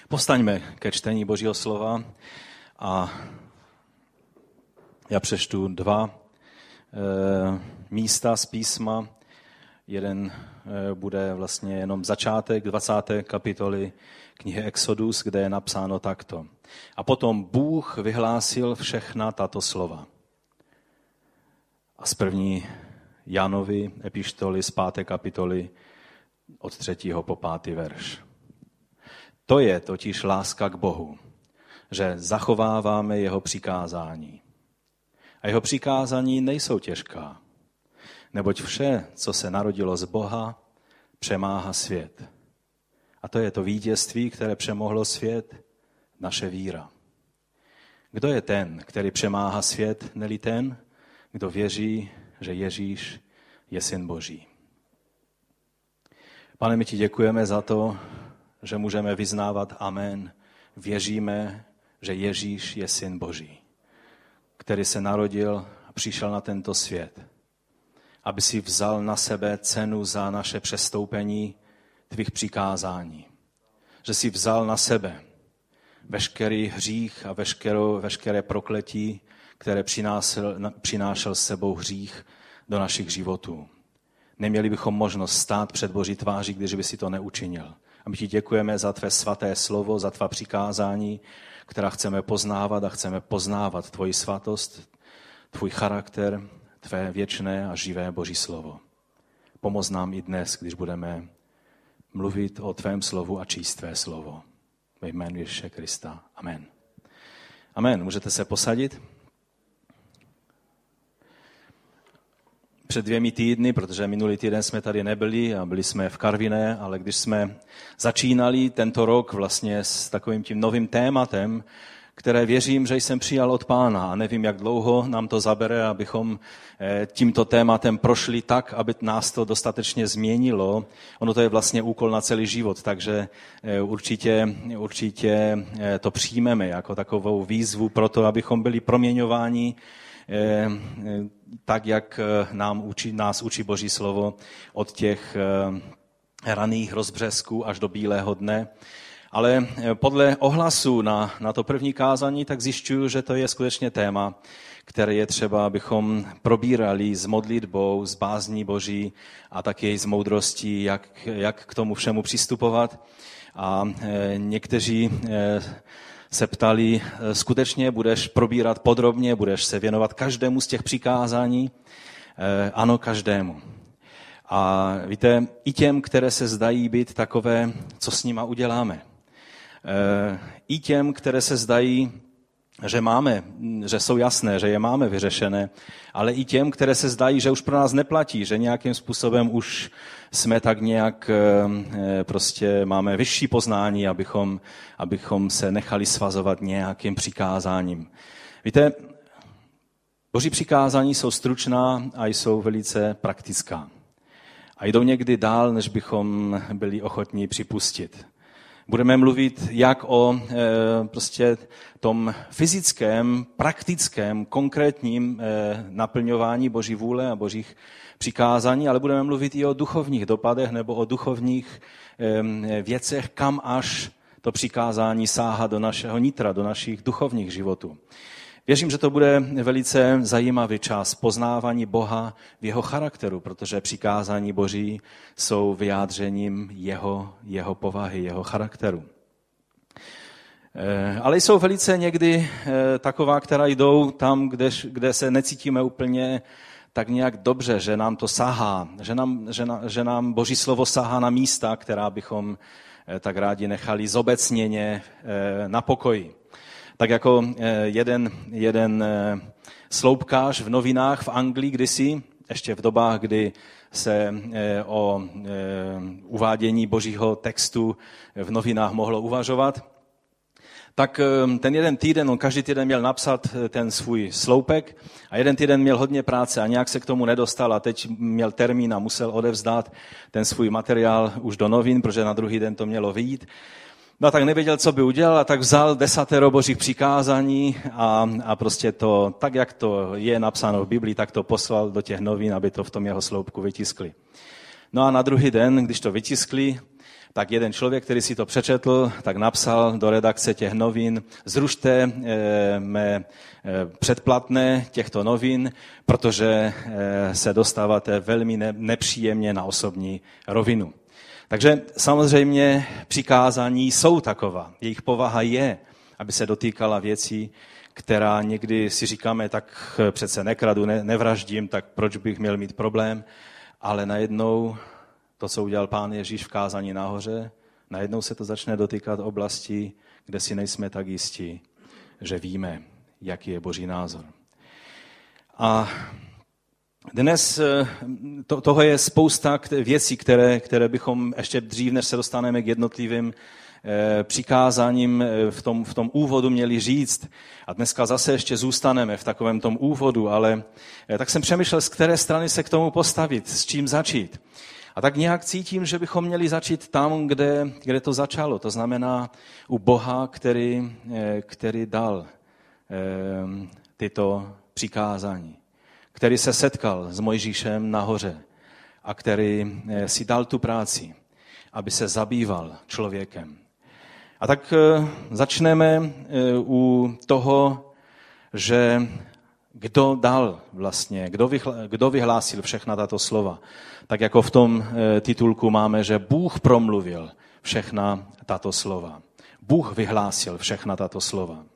Povstaňme ke čtení Božího slova a já přečtu dva místa z písma. Jeden bude vlastně jenom začátek 20. kapitoly knihy Exodus, kde je napsáno takto. A potom Bůh vyhlásil všechna tato slova. A z 1. Janovi epištoly z 5. kapitoly od 3. po 5. verš. To je totiž láska k Bohu, že zachováváme jeho přikázání. A jeho přikázání nejsou těžká, neboť vše, co se narodilo z Boha, přemáhá svět. A to je to vítězství, které přemohlo svět, naše víra. Kdo je ten, který přemáhá svět, neli ten, kdo věří, že Ježíš je Syn Boží. Pane, my ti děkujeme za to, že můžeme vyznávat amen. Věříme, že Ježíš je Syn Boží, který se narodil a přišel na tento svět, aby si vzal na sebe cenu za naše přestoupení tvých přikázání. Že si vzal na sebe veškerý hřích a veškeré prokletí, které přinášel s sebou hřích do našich životů. Neměli bychom možnost stát před Boží tváří, když by si to neučinil. A my ti děkujeme za tvé svaté slovo, za tvá přikázání, která chceme poznávat a chceme poznávat tvoji svatost, tvůj charakter, tvé věčné a živé Boží slovo. Pomoz nám i dnes, když budeme mluvit o tvém slovu a číst tvé slovo. Ve jménu Ježíše Krista. Amen. Amen. Můžete se posadit? Před 2 týdny, protože minulý týden jsme tady nebyli a byli jsme v Karviné, ale když jsme začínali tento rok vlastně s takovým tím novým tématem, které věřím, že jsem přijal od Pána a nevím, jak dlouho nám to zabere, abychom tímto tématem prošli tak, aby nás to dostatečně změnilo. Ono to je vlastně úkol na celý život, takže určitě to přijmeme jako takovou výzvu pro to, abychom byli proměňováni tak, jak nás učí Boží slovo od těch raných rozbřesků až do bílého dne. Ale podle ohlasu na to první kázání tak zjišťuju, že to je skutečně téma, které je třeba, abychom probírali s modlitbou, s bázní Boží a také s moudrostí, jak k tomu všemu přistupovat. A někteří se ptali, skutečně budeš probírat podrobně, budeš se věnovat každému z těch přikázání? Ano, každému. A víte, i těm, které se zdají být takové, co s nima uděláme. I těm, které se zdají, že jsou jasné, že je máme vyřešené, ale i těm, které se zdají, že už pro nás neplatí, že nějakým způsobem už jsme tak nějak prostě máme vyšší poznání, abychom se nechali svazovat nějakým přikázáním. Víte, Boží přikázání jsou stručná a jsou velice praktická. A jdou někdy dál, než bychom byli ochotní připustit. Budeme mluvit jak o prostě tom fyzickém, praktickém, konkrétním naplňování Boží vůle a Božích přikázání, ale budeme mluvit i o duchovních dopadech nebo o duchovních věcech, kam až to přikázání sáhá do našeho nitra, do našich duchovních životů. Věřím, že to bude velice zajímavý čas poznávání Boha v jeho charakteru, protože přikázání Boží jsou vyjádřením jeho povahy, jeho charakteru. Ale jsou velice někdy taková, která jdou tam, kde se necítíme úplně tak nějak dobře, že nám to sahá, že nám Boží slovo sahá na místa, která bychom tak rádi nechali zobecněně na pokoji. Tak jako jeden sloupkář v novinách v Anglii kdysi, ještě v dobách, kdy se o uvádění Božího textu v novinách mohlo uvažovat, tak ten jeden týden, on každý týden měl napsat ten svůj sloupek a jeden týden měl hodně práce a nějak se k tomu nedostal a teď měl termín a musel odevzdat ten svůj materiál už do novin, protože na druhý den to mělo vyjít. No tak nevěděl, co by udělal, a tak vzal 10 Božích přikázání a prostě to, tak jak to je napsáno v Biblii, tak to poslal do těch novin, aby to v tom jeho sloupku vytiskli. No a na druhý den, když to vytiskli, tak jeden člověk, který si to přečetl, tak napsal do redakce těch novin: zrušte mé předplatné těchto novin, protože se dostáváte velmi nepříjemně na osobní rovinu. Takže samozřejmě přikázání jsou taková. Jejich povaha je, aby se dotýkala věcí, která někdy si říkáme, tak přece nekradu, nevraždím, tak proč bych měl mít problém. Ale najednou to, co udělal Pán Ježíš v kázání nahoře, najednou se to začne dotýkat oblastí, kde si nejsme tak jistí, že víme, jaký je Boží názor. A dnes toho je spousta věcí, které bychom ještě dřív, než se dostaneme k jednotlivým přikázáním v tom úvodu měli říct. A dneska zase ještě zůstaneme v takovém tom úvodu, ale tak jsem přemýšlel, z které strany se k tomu postavit, s čím začít. A tak nějak cítím, že bychom měli začít tam, kde to začalo. To znamená u Boha, který dal tyto přikázání, který se setkal s Mojžíšem nahoře a který si dal tu práci, aby se zabýval člověkem. A tak začneme u toho, že kdo dal vlastně, kdo vyhlásil všechna tato slova. Tak jako v tom titulku máme, že Bůh promluvil všechna tato slova. Bůh vyhlásil všechna tato slova.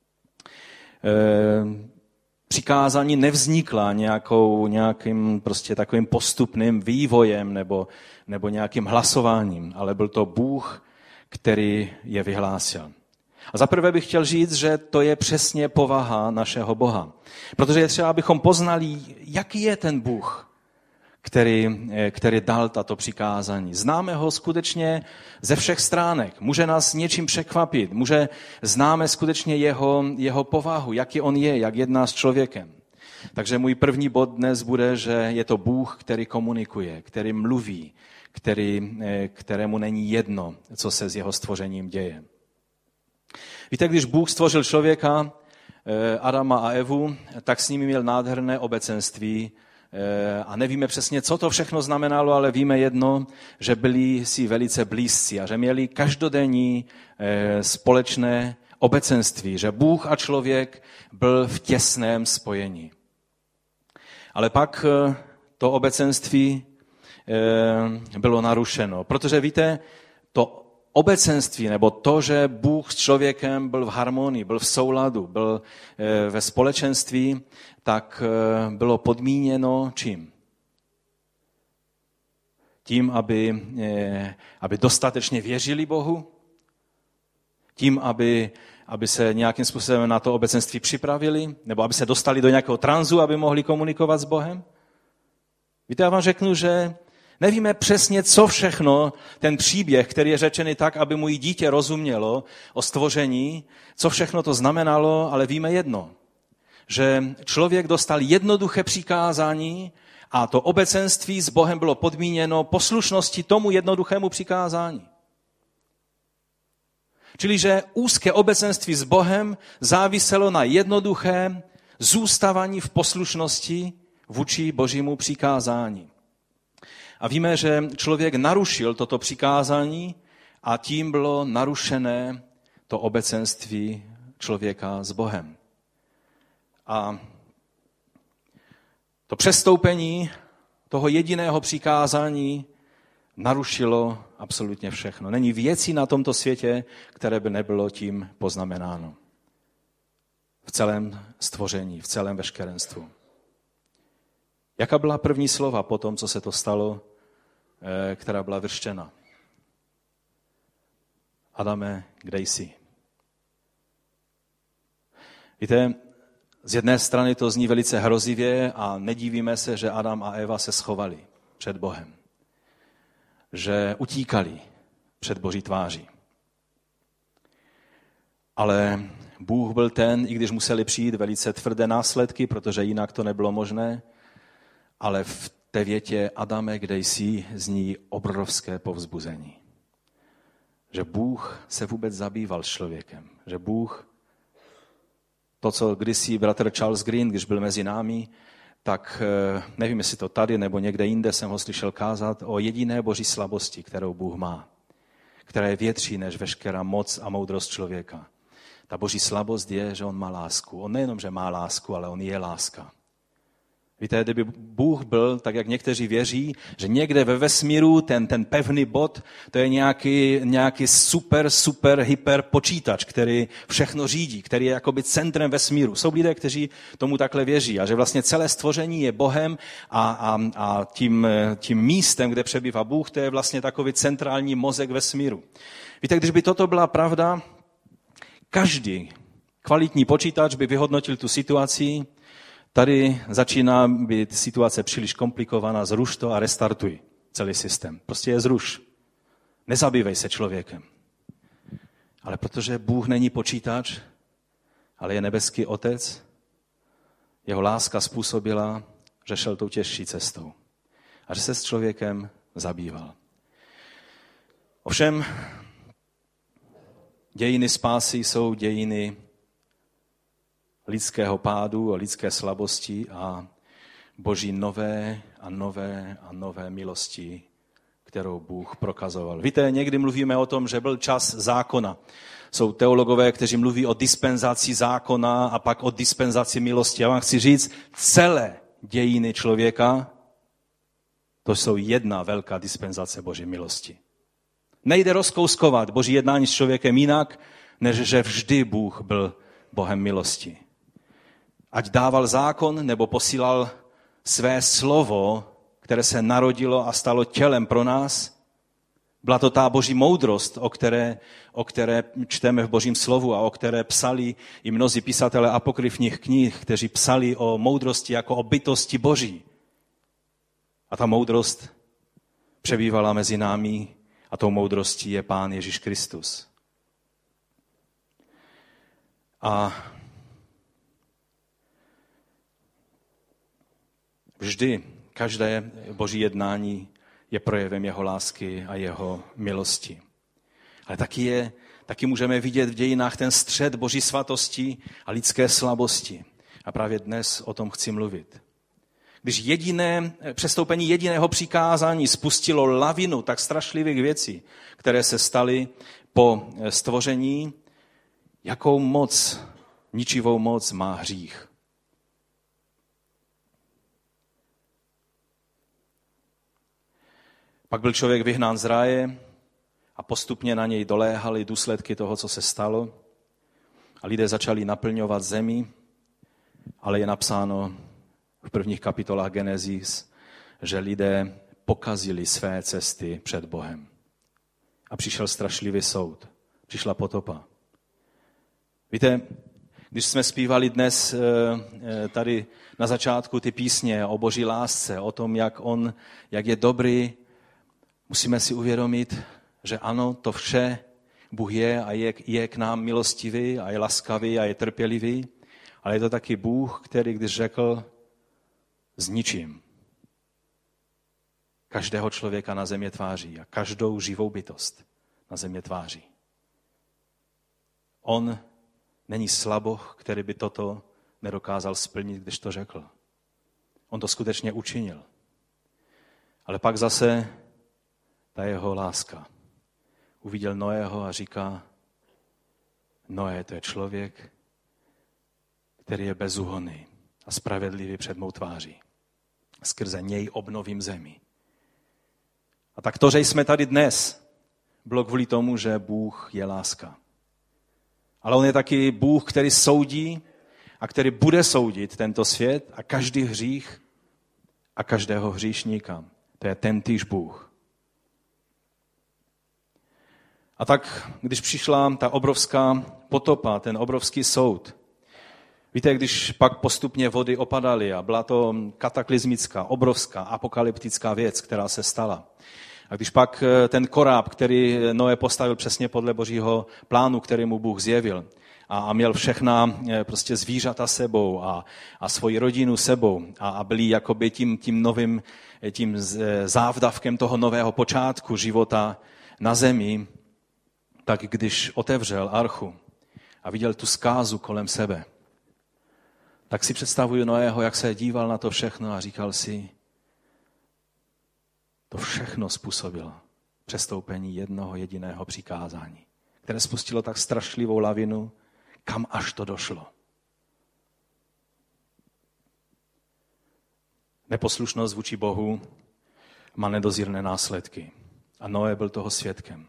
Přikázání nevznikla nějakým prostě takovým postupným vývojem nebo nějakým hlasováním, ale byl to Bůh, který je vyhlásil. A zaprvé bych chtěl říct, že to je přesně povaha našeho Boha. Protože je třeba, abychom poznali, jaký je ten Bůh, který dal tato přikázání. Známe ho skutečně ze všech stránek. Může nás něčím překvapit. Známe skutečně jeho povahu, jaký on je, jak jedná s člověkem. Takže můj první bod dnes bude, že je to Bůh, který komunikuje, který mluví, kterému není jedno, co se s jeho stvořením děje. Víte, když Bůh stvořil člověka, Adama a Evu, tak s nimi měl nádherné obecenství a nevíme přesně, co to všechno znamenalo, ale víme jedno, že byli si velice blízcí a že měli každodenní společné obecenství, že Bůh a člověk byl v těsném spojení. Ale pak to obecenství bylo narušeno, protože víte, to obecenství, nebo to, že Bůh s člověkem byl v harmonii, byl v souladu, byl ve společenství, tak bylo podmíněno čím? Tím, aby dostatečně věřili Bohu, tím, aby se nějakým způsobem na to obecenství připravili, nebo aby se dostali do nějakého tranzu, aby mohli komunikovat s Bohem. Víte, já vám řeknu, že nevíme přesně, co všechno ten příběh, který je řečený tak, aby mu dítě rozumělo o stvoření, co všechno to znamenalo, ale víme jedno, že člověk dostal jednoduché přikázání a to obecenství s Bohem bylo podmíněno poslušností tomu jednoduchému přikázání. Čili, že úzké obecenství s Bohem záviselo na jednoduchém zůstávání v poslušnosti vůči Božímu přikázání. A víme, že člověk narušil toto přikázání a tím bylo narušené to obecenství člověka s Bohem. A to přestoupení toho jediného přikázání narušilo absolutně všechno. Není věcí na tomto světě, které by nebylo tím poznamenáno. V celém stvoření, v celém veškerenstvu. Jaká byla první slova po tom, co se to stalo, která byla vyřčena? Adame, kde jsi? Víte, z jedné strany to zní velice hrozivě a nedívíme se, že Adam a Eva se schovali před Bohem. Že utíkali před Boží tváří. Ale Bůh byl ten, i když museli přijít velice tvrdé následky, protože jinak to nebylo možné, ale v té větě Adame, kde jsi, zní obrovské povzbuzení. Že Bůh se vůbec zabýval s člověkem. Že Bůh, to, co kdysi bratr Charles Green, když byl mezi námi, tak nevím, jestli to tady nebo někde jinde jsem ho slyšel kázat o jediné Boží slabosti, kterou Bůh má. která je větší než veškerá moc a moudrost člověka. Ta boží slabost je, že on má lásku. On nejenom, že má lásku, ale on je láska. Víte, kdyby Bůh byl, tak jak někteří věří, že někde ve vesmíru ten pevný bod, to je nějaký super, hyper počítač, který všechno řídí, který je jakoby centrem vesmíru. Jsou lidé, kteří tomu takhle věří a že vlastně celé stvoření je Bohem a tím místem, kde přebývá Bůh, to je vlastně takový centrální mozek vesmíru. Víte, když by toto byla pravda, každý kvalitní počítač by vyhodnotil tu situaci. Tady začíná být situace příliš komplikovaná, zruš to a restartuj celý systém. Prostě je zruš. Nezabývej se člověkem. Ale protože Bůh není počítač, ale je nebeský Otec, jeho láska způsobila, že šel tou těžší cestou. A že se s člověkem zabýval. Ovšem, dějiny spásy jsou dějiny lidského pádu a lidské slabosti a Boží nové milosti, kterou Bůh prokazoval. Víte, někdy mluvíme o tom, že byl čas zákona. Jsou teologové, kteří mluví o dispenzaci zákona a pak o dispenzaci milosti. Já vám chci říct, celé dějiny člověka, to jsou jedna velká dispenzace Boží milosti. Nejde rozkouskovat Boží jednání s člověkem jinak, než že vždy Bůh byl Bohem milosti. Ať dával zákon, nebo posílal své slovo, které se narodilo a stalo tělem pro nás, byla to ta Boží moudrost, o které čteme v Božím slovu a o které psali i mnozí písatelé apokryfních knih, kteří psali o moudrosti jako o bytosti Boží. A ta moudrost přebývala mezi námi a tou moudrostí je Pán Ježíš Kristus. A vždy každé Boží jednání je projevem jeho lásky a jeho milosti. Ale taky můžeme vidět v dějinách ten střed Boží svatosti a lidské slabosti. A právě dnes o tom chci mluvit. Když přestoupení jediného přikázání spustilo lavinu tak strašlivých věcí, které se staly po stvoření, jakou moc, ničivou moc má hřích. Pak byl člověk vyhnán z ráje a postupně na něj doléhaly důsledky toho, co se stalo. A lidé začali naplňovat zemi, ale je napsáno v prvních kapitolách Genesis, že lidé pokazili své cesty před Bohem. A přišel strašlivý soud. Přišla potopa. Víte, když jsme zpívali dnes tady na začátku ty písně o Boží lásce, o tom, jak je dobrý, musíme si uvědomit, že ano, to vše Bůh je a je k nám milostivý a je laskavý a je trpělivý, ale je to taky Bůh, který když řekl, zničím každého člověka na země tváří a každou živou bytost na země tváří. On není slaboch, který by toto nedokázal splnit, když to řekl. On to skutečně učinil. Ale pak zase ta jeho láska. Uviděl Noého a říká, Noé, to je člověk, který je bezúhonný a spravedlivý před mou tváří. Skrze něj obnovím zemi. A tak to, že jsme tady dnes, bylo kvůli tomu, že Bůh je láska. Ale on je taky Bůh, který soudí a který bude soudit tento svět a každý hřích a každého hříšníka. To je tentýž Bůh. A tak, když přišla ta obrovská potopa, ten obrovský soud, víte, když pak postupně vody opadaly a byla to kataklizmická, obrovská, apokalyptická věc, která se stala. A když pak ten koráb, který Noé postavil přesně podle Božího plánu, který mu Bůh zjevil, a měl všechna prostě zvířata sebou a svoji rodinu sebou a byli jakoby tím závdavkem toho nového počátku života na zemi, tak když otevřel archu a viděl tu zkázu kolem sebe, tak si představuju Noého, jak se díval na to všechno a říkal si, to všechno způsobila přestoupení jednoho jediného přikázání, které spustilo tak strašlivou lavinu, kam až to došlo. Neposlušnost vůči Bohu má nedozírné následky. A Noé byl toho svědkem.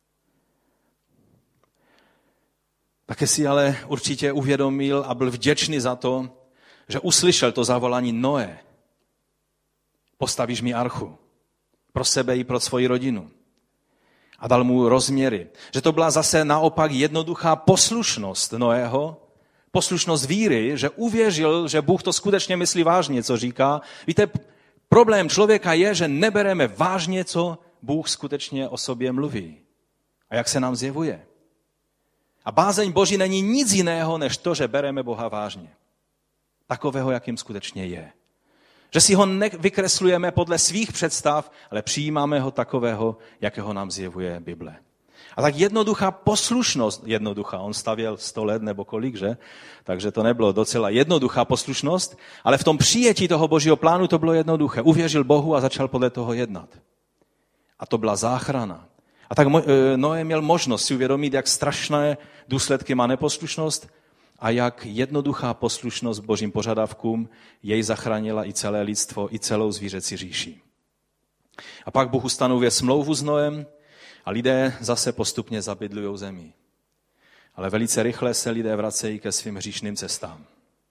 Také si ale určitě uvědomil a byl vděčný za to, že uslyšel to zavolání Noé. Postavíš mi archu. Pro sebe i pro svoji rodinu. A dal mu rozměry. Že to byla zase naopak jednoduchá poslušnost Noého, poslušnost víry, že uvěřil, že Bůh to skutečně myslí vážně, co říká. Víte, problém člověka je, že nebereme vážně, co Bůh skutečně o sobě mluví. A jak se nám zjevuje. A bázeň Boží není nic jiného, než to, že bereme Boha vážně. Takového, jakým skutečně je. Že si ho nevykreslujeme podle svých představ, ale přijímáme ho takového, jakého nám zjevuje Bible. A tak jednoduchá poslušnost, on stavěl 100 let nebo kolik, že? Takže to nebylo docela jednoduchá poslušnost, ale v tom přijetí toho Božího plánu to bylo jednoduché. Uvěřil Bohu a začal podle toho jednat. A to byla záchrana. A tak Noé měl možnost si uvědomit, jak strašné důsledky má neposlušnost a jak jednoduchá poslušnost Božím požadavkům jej zachránila i celé lidstvo, i celou zvířecí říši. A pak Bůh ustanovuje smlouvu s Noem a lidé zase postupně zabydlují zemi. Ale velice rychle se lidé vracejí ke svým hříšným cestám.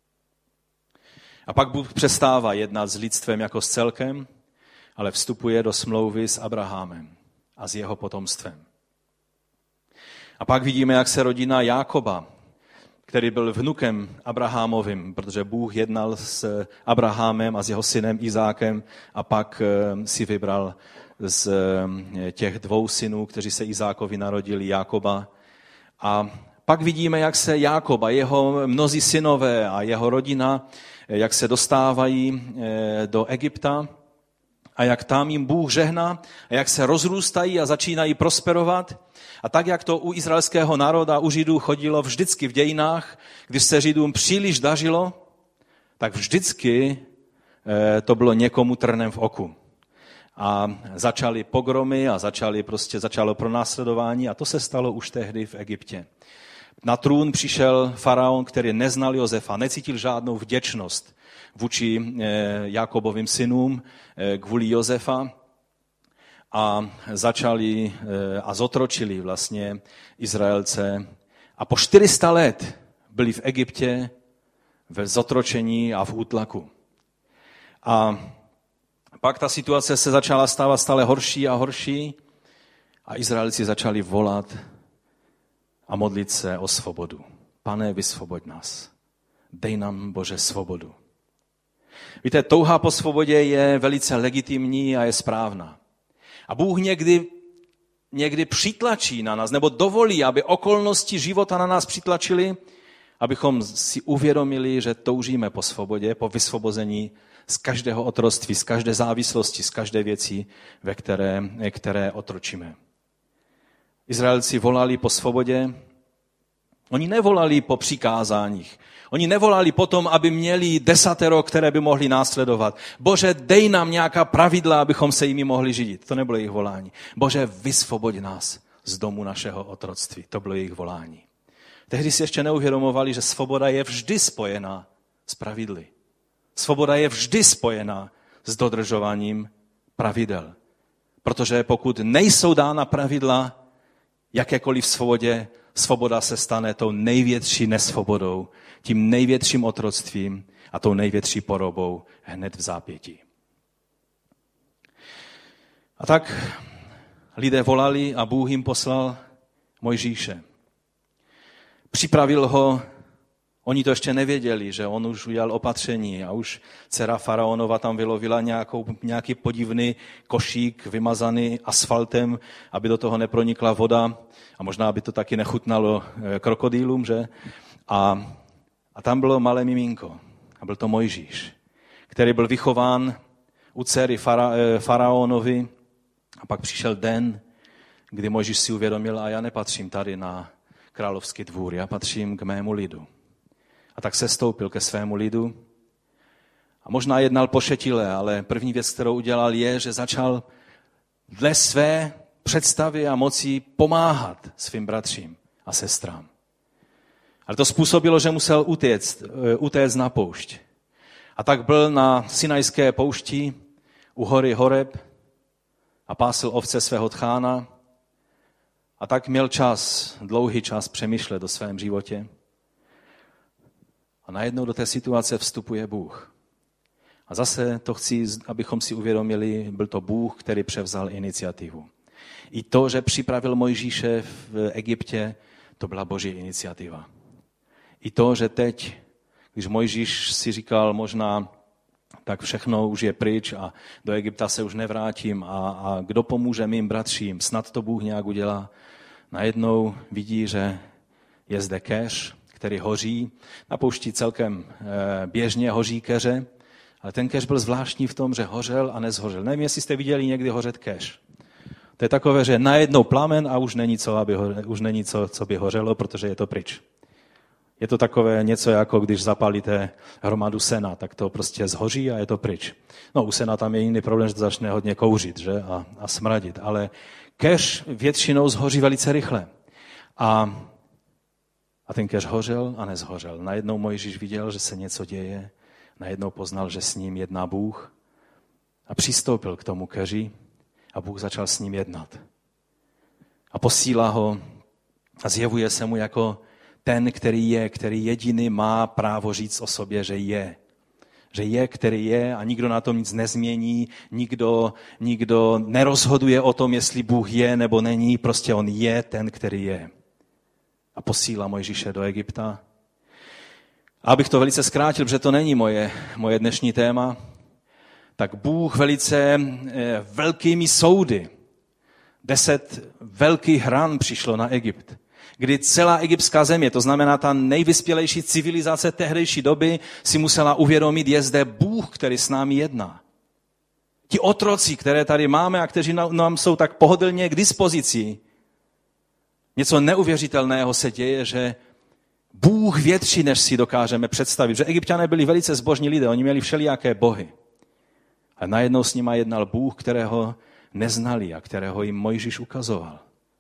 A pak Bůh přestává jednat s lidstvem jako s celkem, ale vstupuje do smlouvy s Abrahamem a s jeho potomstvem. A pak vidíme, jak se rodina Jákoba, který byl vnukem Abrahamovým, protože Bůh jednal s Abrahamem a s jeho synem Izákem a pak si vybral z těch 2 synů, kteří se Izákovi narodili, Jákoba. A pak vidíme, jak se Jákob a jeho mnozí synové a jeho rodina, jak se dostávají do Egypta a jak tam jim Bůh žehná a jak se rozrůstají a začínají prosperovat. A tak, jak to u izraelského národa, u Židů chodilo vždycky v dějinách, když se Židům příliš dařilo, tak vždycky to bylo někomu trnem v oku. A začaly pogromy a začalo pronásledování a to se stalo už tehdy v Egyptě. Na trůn přišel faraon, který neznal Josefa, necítil žádnou vděčnost vůči Jákobovým synům kvůli Josefa a začali a zotročili vlastně Izraelce. A po 400 let byli v Egyptě ve zotročení a v útlaku. A pak ta situace se začala stávat stále horší a horší a Izraelci začali volat a modlit se o svobodu. Pane, vysvoboď nás. Dej nám, Bože, svobodu. Víte, touha po svobodě je velice legitimní a je správná. A Bůh někdy přitlačí na nás, nebo dovolí, aby okolnosti života na nás přitlačily, abychom si uvědomili, že toužíme po svobodě, po vysvobození z každého otroctví, z každé závislosti, z každé věci, ve které otročíme. Izraelci volali po svobodě, oni nevolali po přikázáních, oni nevolali potom, aby měli 10, které by mohli následovat. Bože, dej nám nějaká pravidla, abychom se jimi mohli řídit. To nebylo jejich volání. Bože, vysvoboď nás z domu našeho otroctví. To bylo jejich volání. Tehdy si ještě neuvědomovali, že svoboda je vždy spojená s pravidly. Svoboda je vždy spojená s dodržováním pravidel. Protože pokud nejsou dána pravidla, jakékoliv svobodě, svoboda se stane tou největší nesvobodou, tím největším otroctvím a tou největší porobou hned v zápětí. A tak lidé volali a Bůh jim poslal Mojžíše. Připravil ho, oni to ještě nevěděli, že on už udělal opatření a už dcera faraonova tam vylovila nějaký podivný košík vymazaný asfaltem, aby do toho nepronikla voda a možná by to taky nechutnalo krokodýlům, že? A tam bylo malé miminko a byl to Mojžíš, který byl vychován u dcery faraonovi a pak přišel den, kdy Mojžíš si uvědomil, a já nepatřím tady na královský dvůr, já patřím k mému lidu. A tak se stoupil ke svému lidu a možná jednal pošetile, ale první věc, kterou udělal, je, že začal dle své představě a moci pomáhat svým bratřím a sestrám. Ale to způsobilo, že musel utéct na poušť. A tak byl na Sinajské poušti u hory Horeb a pásl ovce svého tchána. A tak měl dlouhý čas přemýšlet o svém životě. A najednou do té situace vstupuje Bůh. A zase to chci, abychom si uvědomili, byl to Bůh, který převzal iniciativu. I to, že připravil Mojžíše v Egyptě, to byla Boží iniciativa. I to, že teď, když Mojžíš si říkal možná, tak všechno už je pryč a do Egypta se už nevrátím a kdo pomůže mým bratřím, snad to Bůh nějak udělá. Najednou vidí, že je zde keř, který hoří. Na poušti celkem běžně hoří keře, ale ten keř byl zvláštní v tom, že hořel a nezhořel. Nevím, jestli jste viděli někdy hořet keř. To je takové, že najednou plamen a už není co by hořelo, protože je to pryč. Je to takové něco, jako když zapálíte hromadu sena, tak to prostě zhoří a je to pryč. No, u sena tam je jiný problém, že to začne hodně kouřit, že? A smradit. Ale keř většinou zhoří velice rychle. A ten keř hořel a nezhořel. Najednou Mojžíš viděl, že se něco děje. Najednou poznal, že s ním jedná Bůh. A přistoupil k tomu keři a Bůh začal s ním jednat. A posílá ho a zjevuje se mu jako ten, který jediný má právo říct o sobě, že je. Že je, který je a nikdo na tom nic nezmění, nikdo nerozhoduje o tom, jestli Bůh je nebo není, prostě on je ten, který je. A posílá Mojžíše do Egypta. A abych to velice zkrátil, protože to není moje dnešní téma, tak Bůh velice velkými soudy, 10 velkých ran přišlo na Egypt, kdy celá egyptská země, to znamená ta nejvyspělejší civilizace tehdejší doby, si musela uvědomit, je zde Bůh, který s námi jedná. Ti otroci, které tady máme a kteří nám jsou tak pohodlně k dispozici, něco neuvěřitelného se děje, že Bůh větší, než si dokážeme představit. Že Egypťané byli velice zbožní lidé, oni měli všelijaké bohy. A najednou s nima jednal Bůh, kterého neznali a kterého jim Mojžíš ukazoval.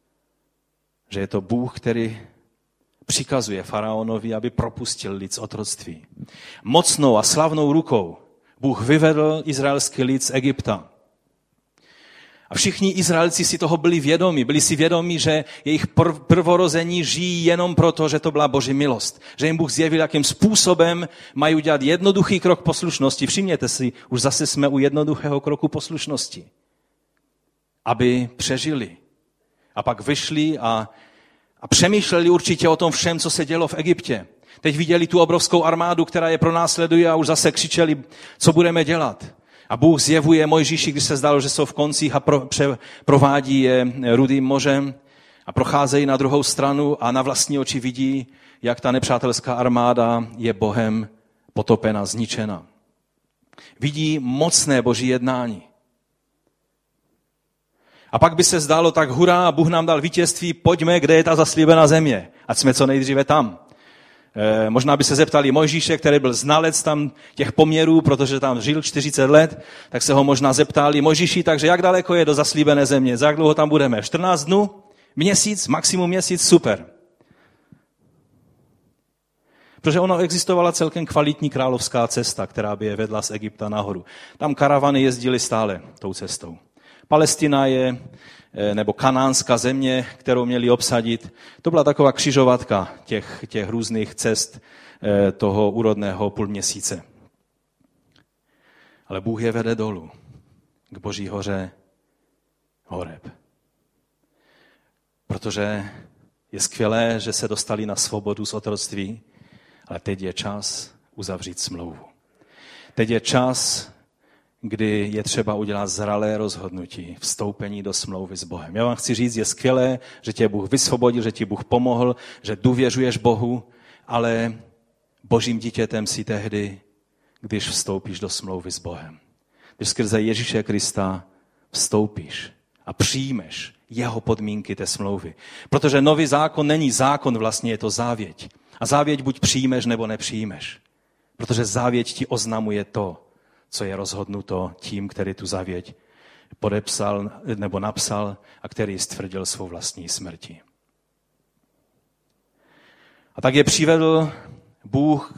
Že je to Bůh, který přikazuje faraonovi, aby propustil lid z otroctví. Mocnou a slavnou rukou Bůh vyvedl izraelský lid z Egypta. A všichni Izraelci si toho byli vědomi. Byli si vědomi, že jejich prvorození žijí jenom proto, že to byla Boží milost. Že jim Bůh zjevil, jakým způsobem mají udělat jednoduchý krok poslušnosti. Všimněte si, už zase jsme u jednoduchého kroku poslušnosti. Aby přežili. A pak vyšli a přemýšleli určitě o tom všem, co se dělo v Egyptě. Teď viděli tu obrovskou armádu, která je pronásleduje a už zase křičeli, co budeme dělat. A Bůh zjevuje Mojžíši, když se zdálo, že jsou v koncích a provádí je Rudým mořem a procházejí na druhou stranu a na vlastní oči vidí, jak ta nepřátelská armáda je Bohem potopena, zničena. Vidí mocné Boží jednání. A pak by se zdálo tak hurá, Bůh nám dal vítězství, pojďme, kde je ta zaslíbená země, ať jsme co nejdříve tam. Možná by se zeptali Mojžíše, který byl znalec tam těch poměrů, protože tam žil 40 let, tak se ho možná zeptali, Mojžíši, takže jak daleko je do zaslíbené země, za jak dlouho tam budeme? 14 dnů? Měsíc? Maximum měsíc? Super. Protože ono existovala celkem kvalitní královská cesta, která by je vedla z Egypta nahoru. Tam karavany jezdily stále tou cestou. Palestina je, nebo kanánská země, kterou měli obsadit, to byla taková křižovatka těch různých cest toho úrodného půlměsíce. Ale Bůh je vede dolů, k Boží hoře Horeb. Protože je skvělé, že se dostali na svobodu z otroctví, ale teď je čas uzavřít smlouvu. Teď je čas, kdy je třeba udělat zralé rozhodnutí, vstoupení do smlouvy s Bohem. Já vám chci říct, je skvělé, že tě Bůh vysvobodil, že ti Bůh pomohl, že důvěřuješ Bohu, ale Božím dítětem si tehdy, když vstoupíš do smlouvy s Bohem. Když skrze Ježíše Krista vstoupíš a přijmeš jeho podmínky té smlouvy. Protože nový zákon není zákon, vlastně je to závěť. A závěť buď přijmeš, nebo nepřijmeš. Protože závěť ti oznamuje to, co je rozhodnuto tím, který tu závěť podepsal nebo napsal a který stvrdil svou vlastní smrti. A tak je přivedl Bůh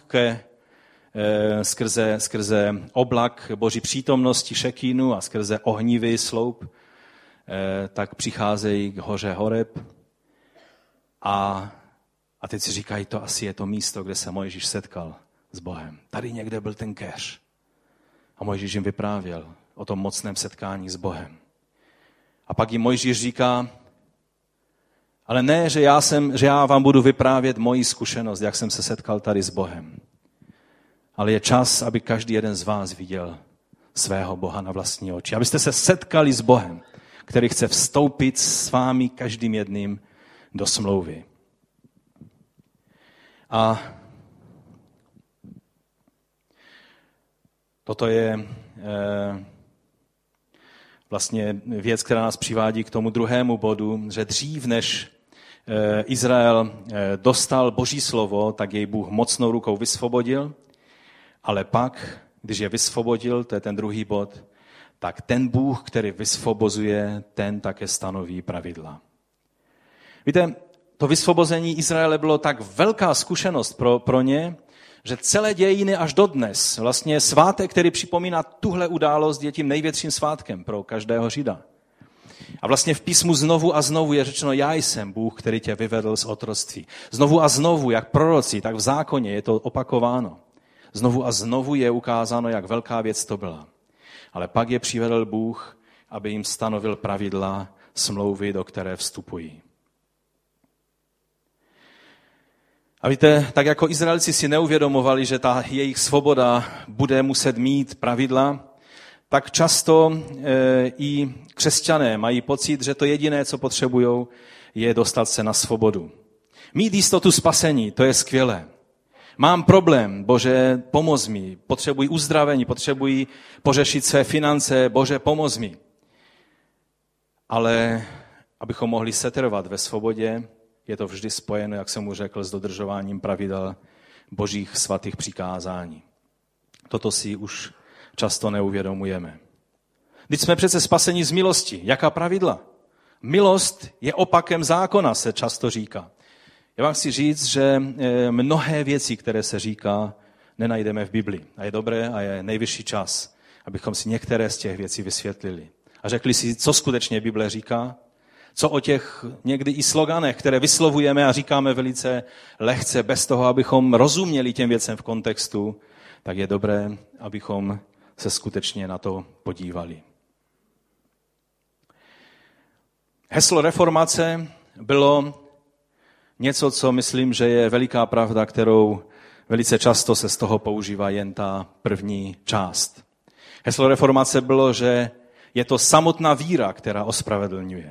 skrze oblak Boží přítomnosti Šekínu a skrze ohnivý sloup, tak přicházejí k hoře Horeb a teď si říkají, to asi je to místo, kde se Mojžíš setkal s Bohem. Tady někde byl ten keř. A Mojžíš jim vyprávěl o tom mocném setkání s Bohem. A pak jim Mojžíš říká, ale ne, že já vám budu vyprávět moji zkušenost, jak jsem se setkal tady s Bohem. Ale je čas, aby každý jeden z vás viděl svého Boha na vlastní oči. Abyste se setkali s Bohem, který chce vstoupit s vámi každým jedným do smlouvy. A toto je vlastně věc, která nás přivádí k tomu druhému bodu, že dřív než Izrael dostal Boží slovo, tak jej Bůh mocnou rukou vysvobodil, ale pak, když je vysvobodil, to je ten druhý bod, tak ten Bůh, který vysvobozuje, ten také stanoví pravidla. Víte, to vysvobození Izraele bylo tak velká zkušenost pro ně, že celé dějiny až dodnes, vlastně svátek, který připomíná tuhle událost, je tím největším svátkem pro každého Žida. A vlastně v písmu znovu a znovu je řečeno, já jsem Bůh, který tě vyvedl z otroctví. Znovu a znovu, jak proroci, tak v zákoně je to opakováno. Znovu a znovu je ukázáno, jak velká věc to byla. Ale pak je přivedl Bůh, aby jim stanovil pravidla smlouvy, do které vstupují. A víte, tak jako Izraelci si neuvědomovali, že ta jejich svoboda bude muset mít pravidla, tak často i křesťané mají pocit, že to jediné, co potřebují, je dostat se na svobodu. Mít jistotu spasení, to je skvělé. Mám problém, Bože, pomoz mi. Potřebuji uzdravení, potřebuji pořešit své finance, Bože, pomoz mi. Ale abychom mohli setrvat ve svobodě, je to vždy spojeno, jak jsem mu řekl, s dodržováním pravidel Božích svatých přikázání. Toto si už často neuvědomujeme. Vždyť jsme přece spaseni z milosti. Jaká pravidla? Milost je opakem zákona, se často říká. Já vám chci říct, že mnohé věci, které se říká, nenajdeme v Biblii. A je dobré a je nejvyšší čas, abychom si některé z těch věcí vysvětlili. A řekli si, co skutečně Bible říká, co o těch někdy i sloganech, které vyslovujeme a říkáme velice lehce, bez toho, abychom rozuměli těm věcem v kontextu, tak je dobré, abychom se skutečně na to podívali. Heslo reformace bylo něco, co myslím, že je veliká pravda, kterou velice často se z toho používá jen ta první část. Heslo reformace bylo, že je to samotná víra, která ospravedlňuje.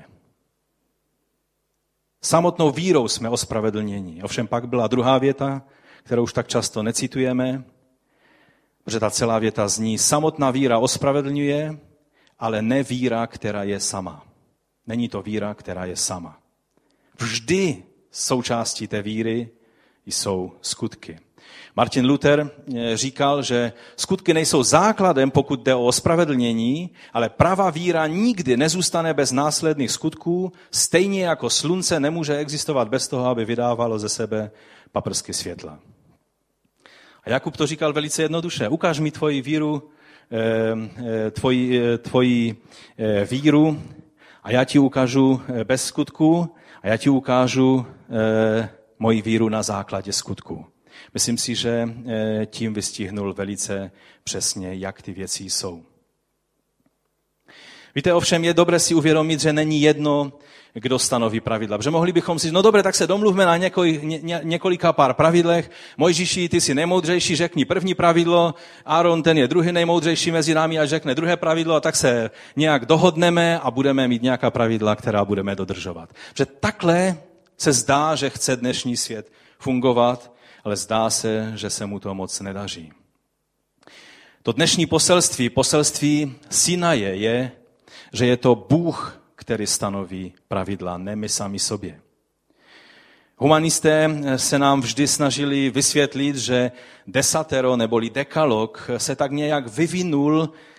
Samotnou vírou jsme ospravedlněni. Ovšem pak byla druhá věta, kterou už tak často necitujeme, protože ta celá věta zní, samotná víra ospravedlňuje, ale ne víra, která je sama. Není to víra, která je sama. Vždy součástí té víry jsou skutky. Martin Luther říkal, že skutky nejsou základem, pokud jde o ospravedlnění, ale pravá víra nikdy nezůstane bez následných skutků, stejně jako slunce nemůže existovat bez toho, aby vydávalo ze sebe paprsky světla. A Jakub to říkal velice jednoduše. Ukáž mi tvoji víru, tvoji víru a já ti ukážu bez skutků a já ti ukážu moji víru na základě skutků. Myslím si, že tím vystihnul velice přesně, jak ty věci jsou. Víte, ovšem je dobré si uvědomit, že není jedno, kdo stanoví pravidla. Protože mohli bychom si, no dobré, tak se domluvme na několika pár pravidlech. Mojžíši, ty jsi nejmoudřejší, řekni první pravidlo, Áron, ten je druhý nejmoudřejší mezi námi a řekne druhé pravidlo a tak se nějak dohodneme a budeme mít nějaká pravidla, která budeme dodržovat. Protože takhle se zdá, že chce dnešní svět fungovat, ale zdá se, že se mu to moc nedaří. To dnešní poselství Sinaje je, že je to Bůh, který stanoví pravidla, ne my sami sobě. Humanisté se nám vždy snažili vysvětlit, že desatero neboli dekalog se tak nějak vyvinul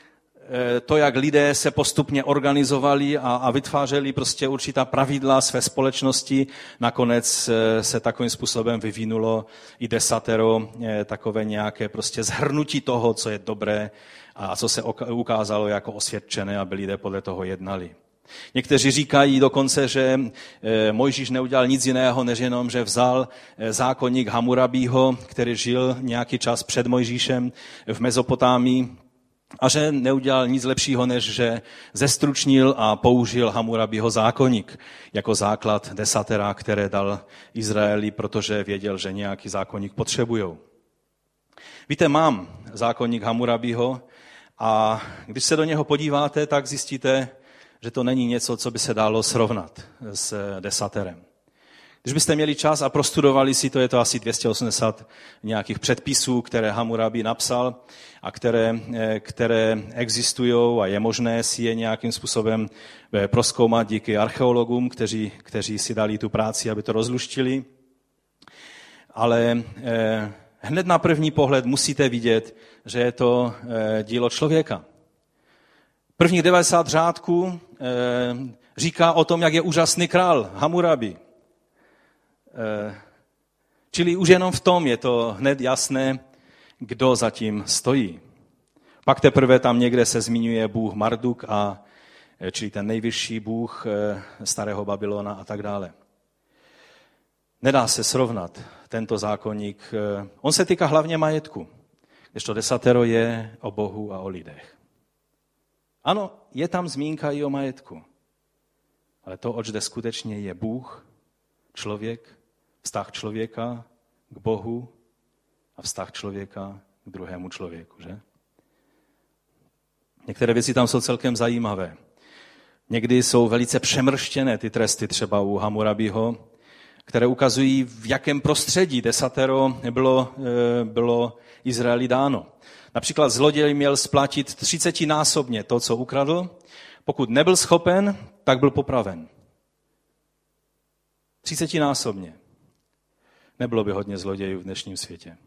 to, jak lidé se postupně organizovali a vytvářeli prostě určitá pravidla své společnosti. Nakonec se takovým způsobem vyvinulo i desatero, takové nějaké prostě shrnutí toho, co je dobré a co se ukázalo jako osvědčené, aby lidé podle toho jednali. Někteří říkají dokonce, že Mojžíš neudělal nic jiného, než jenom, že vzal zákoník Hammurabího, který žil nějaký čas před Mojžíšem v Mezopotámii, a že neudělal nic lepšího, než že zestručnil a použil Hammurabího zákoník jako základ desatera, které dal Izraeli, protože věděl, že nějaký zákoník potřebujou. Víte, mám zákoník Hammurabího a když se do něho podíváte, tak zjistíte, že to není něco, co by se dalo srovnat s desaterem. Když byste měli čas a prostudovali si to, je to asi 280 nějakých předpisů, které Hammurabi napsal a které existují a je možné si je nějakým způsobem prozkoumat díky archeologům, kteří si dali tu práci, aby to rozluštili. Ale hned na první pohled musíte vidět, že je to dílo člověka. Prvních 90 řádků říká o tom, jak je úžasný král Hammurabi. Čili už jenom v tom je to hned jasné, kdo zatím stojí. Pak teprve tam někde se zmiňuje bůh Marduk, čili ten nejvyšší bůh starého Babylona a tak dále. Nedá se srovnat tento zákoník. On se týká hlavně majetku, kdežto desatero je o Bohu a o lidech. Ano, je tam zmínka i o majetku, ale to, oč jde skutečně, je Bůh, člověk, vztah člověka k Bohu a vztah člověka k druhému člověku, že? Některé věci tam jsou celkem zajímavé. Někdy jsou velice přemrštěné ty tresty, třeba u Hammurabiho, které ukazují, v jakém prostředí desatero bylo Izraeli dáno. Například zloděj měl splatit 30násobně to, co ukradl. Pokud nebyl schopen, tak byl popraven. 30násobně. Nebylo by hodně zlodějů v dnešním světě.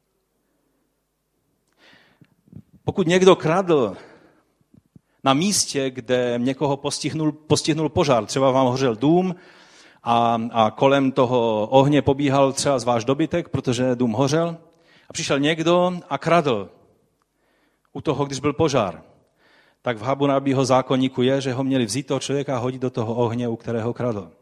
Pokud někdo kradl na místě, kde někoho postihnul požár, třeba vám hořel dům a kolem toho ohně pobíhal třeba váš dobytek, protože dům hořel, a přišel někdo a kradl u toho, když byl požár, tak v Hammurabiho zákoníku je, že ho měli vzít toho člověka a hodit do toho ohně, u kterého kradl.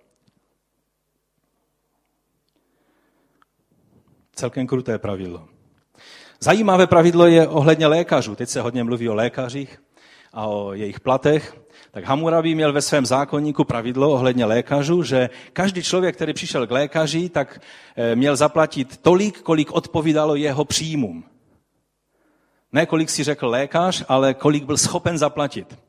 Celkem kruté pravidlo. Zajímavé pravidlo je ohledně lékařů. Teď se hodně mluví o lékařích a o jejich platech. Tak Hammurabi měl ve svém zákoníku pravidlo ohledně lékařů, že každý člověk, který přišel k lékaři, tak měl zaplatit tolik, kolik odpovídalo jeho příjmům. Ne kolik si řekl lékař, ale kolik byl schopen zaplatit.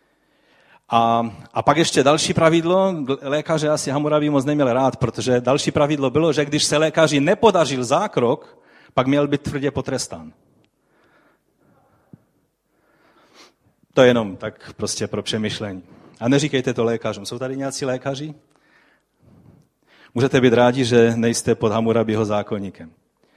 A pak ještě další pravidlo, lékaře asi Hammurabi moc neměl rád, protože další pravidlo bylo, že když se lékaři nepodařil zákrok, pak měl být tvrdě potrestán. To je jenom tak prostě pro přemýšlení. A neříkejte to lékařům. Jsou tady nějací lékaři? Můžete být rádi, že nejste pod Hammurabiho zákoníkem.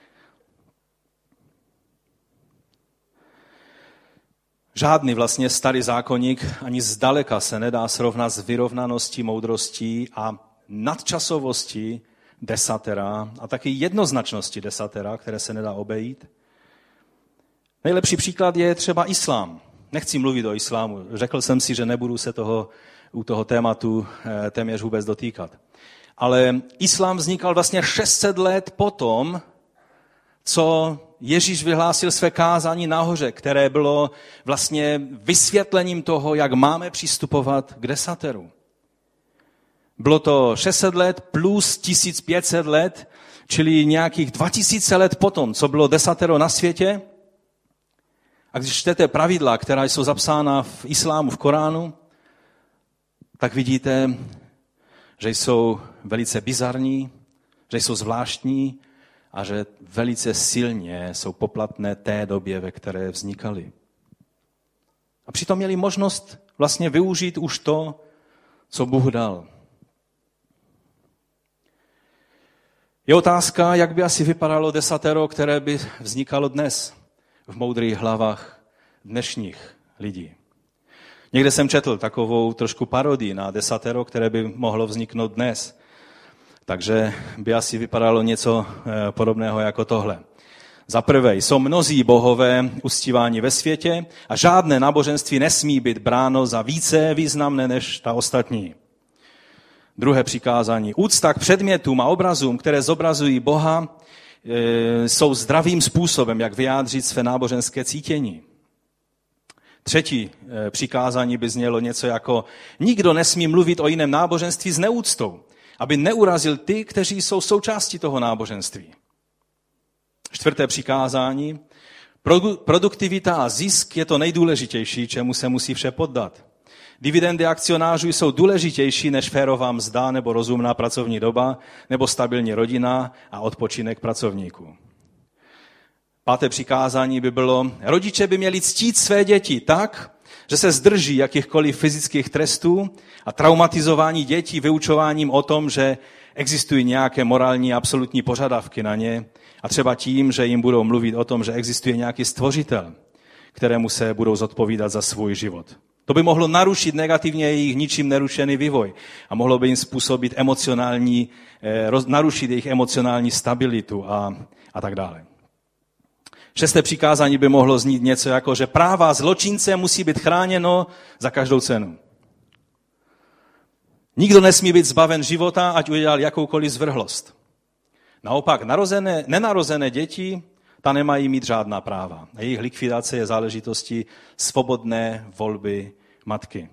Žádný vlastně starý zákoník ani zdaleka se nedá srovnat s vyrovnaností, moudrostí a nadčasovostí desatera a taky jednoznačnosti desatera, které se nedá obejít. Nejlepší příklad je třeba islám. Nechci mluvit o islámu. Řekl jsem si, že nebudu se u toho tématu téměř vůbec dotýkat. Ale islám vznikal vlastně 600 let potom, co Ježíš vyhlásil své kázání nahoře, které bylo vlastně vysvětlením toho, jak máme přistupovat k desateru. Bylo to 600 let plus 1500 let, čili nějakých 2000 let potom, co bylo desatero na světě. A když čtete pravidla, která jsou zapsána v islámu, v Koránu, tak vidíte, že jsou velice bizarní, že jsou zvláštní a že velice silně jsou poplatné té době, ve které vznikaly. A přitom měli možnost vlastně využít už to, co Bůh dal. Je otázka, jak by asi vypadalo desatero, které by vznikalo dnes v moudrých hlavách dnešních lidí. Někde jsem četl takovou trošku parodii na desatero, které by mohlo vzniknout dnes. Takže by asi vypadalo něco podobného jako tohle. Za prvé, jsou mnozí bohové uctíváni ve světě a žádné náboženství nesmí být bráno za více významné než ta ostatní. Druhé přikázání. Úcta k předmětům a obrazům, které zobrazují Boha, jsou zdravým způsobem, jak vyjádřit své náboženské cítění. Třetí přikázání by znělo něco jako nikdo nesmí mluvit o jiném náboženství s neúctou, aby neurazil ty, kteří jsou součástí toho náboženství. Čtvrté přikázání. Produktivita a zisk je to nejdůležitější, čemu se musí vše poddat. Dividendy akcionářů jsou důležitější než férová mzda nebo rozumná pracovní doba nebo stabilní rodina a odpočinek pracovníků. Páté přikázání by bylo, rodiče by měli ctít své děti tak, že se zdrží jakýchkoliv fyzických trestů a traumatizování dětí vyučováním o tom, že existují nějaké morální absolutní požadavky na ně a třeba tím, že jim budou mluvit o tom, že existuje nějaký stvořitel, kterému se budou zodpovídat za svůj život. To by mohlo narušit negativně jejich ničím nerušený vývoj a mohlo by jim způsobit narušit jejich emocionální stabilitu a tak dále. Šesté přikázání by mohlo znít něco jako, že práva zločince musí být chráněno za každou cenu. Nikdo nesmí být zbaven života, ať udělal jakoukoliv zvrhlost. Naopak, nenarozené děti, ta nemají mít žádná práva. A jejich likvidace je záležitostí svobodné volby matky.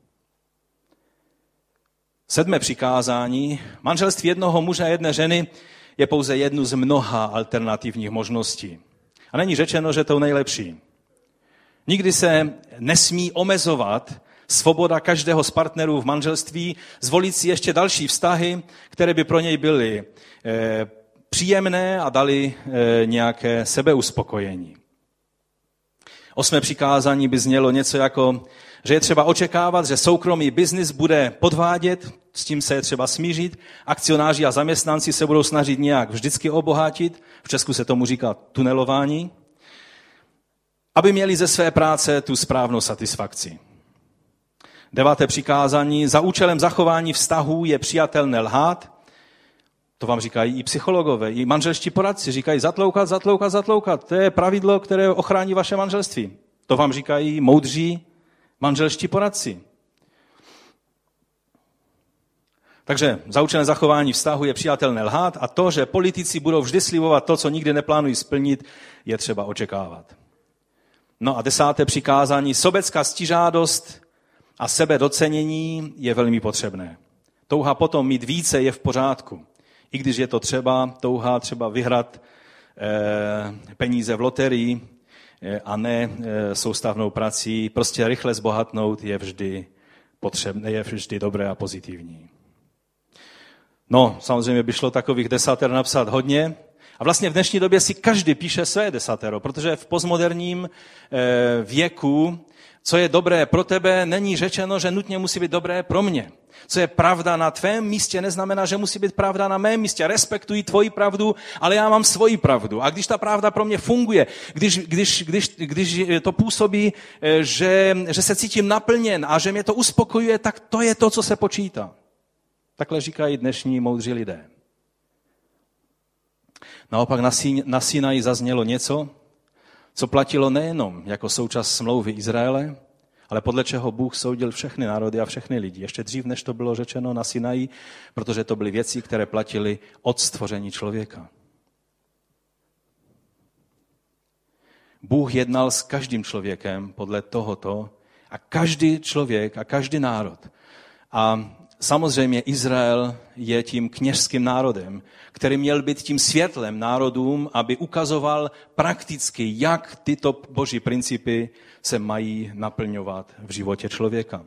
Sedmé přikázání. Manželství jednoho muže a jedné ženy je pouze jednu z mnoha alternativních možností. A není řečeno, že to nejlepší. Nikdy se nesmí omezovat svoboda každého z partnerů v manželství zvolit si ještě další vztahy, které by pro něj byly příjemné a dali nějaké sebeuspokojení. Osmé přikázání by znělo něco jako, že je třeba očekávat, že soukromý biznis bude podvádět, s tím se je třeba smířit, akcionáři a zaměstnanci se budou snažit nějak vždycky obohatit, v Česku se tomu říká tunelování, aby měli ze své práce tu správnou satisfakci. Deváté přikázání, za účelem zachování vztahů je přijatelné lhát. To vám říkají i psychologové, i manželští poradci. Říkají zatloukat. To je pravidlo, které ochrání vaše manželství. To vám říkají moudří manželští poradci. Takže za účelem zachování vztahu je přijatelné lhát a to, že politici budou vždy slibovat to, co nikdy neplánují splnit, je třeba očekávat. No a desáté přikázání, sobecká ctižádost a sebedocenění je velmi potřebné. Touha potom mít více je v pořádku. I když je to touha třeba vyhrát peníze v loterii a ne soustavnou prací, prostě rychle zbohatnout je vždy potřebné, je vždy dobré a pozitivní. No, samozřejmě by šlo takových desater napsat hodně. A vlastně v dnešní době si každý píše své desatero, protože v postmoderním věku, co je dobré pro tebe, není řečeno, že nutně musí být dobré pro mě. Co je pravda na tvém místě, neznamená, že musí být pravda na mém místě. Respektuji tvoji pravdu, ale já mám svoji pravdu. A když ta pravda pro mě funguje, když to působí, že se cítím naplněn a že mě to uspokojuje, tak to je to, co se počítá. Takhle říkají dnešní moudří lidé. Naopak na Sinaji zaznělo něco, co platilo nejenom jako součást smlouvy Izraele, ale podle čeho Bůh soudil všechny národy a všechny lidi. Ještě dřív, než to bylo řečeno na Sinaji, protože to byly věci, které platily od stvoření člověka. Bůh jednal s každým člověkem podle tohoto a každý člověk a každý národ. A samozřejmě Izrael je tím kněžským národem, který měl být tím světlem národům, aby ukazoval prakticky, jak tyto boží principy se mají naplňovat v životě člověka.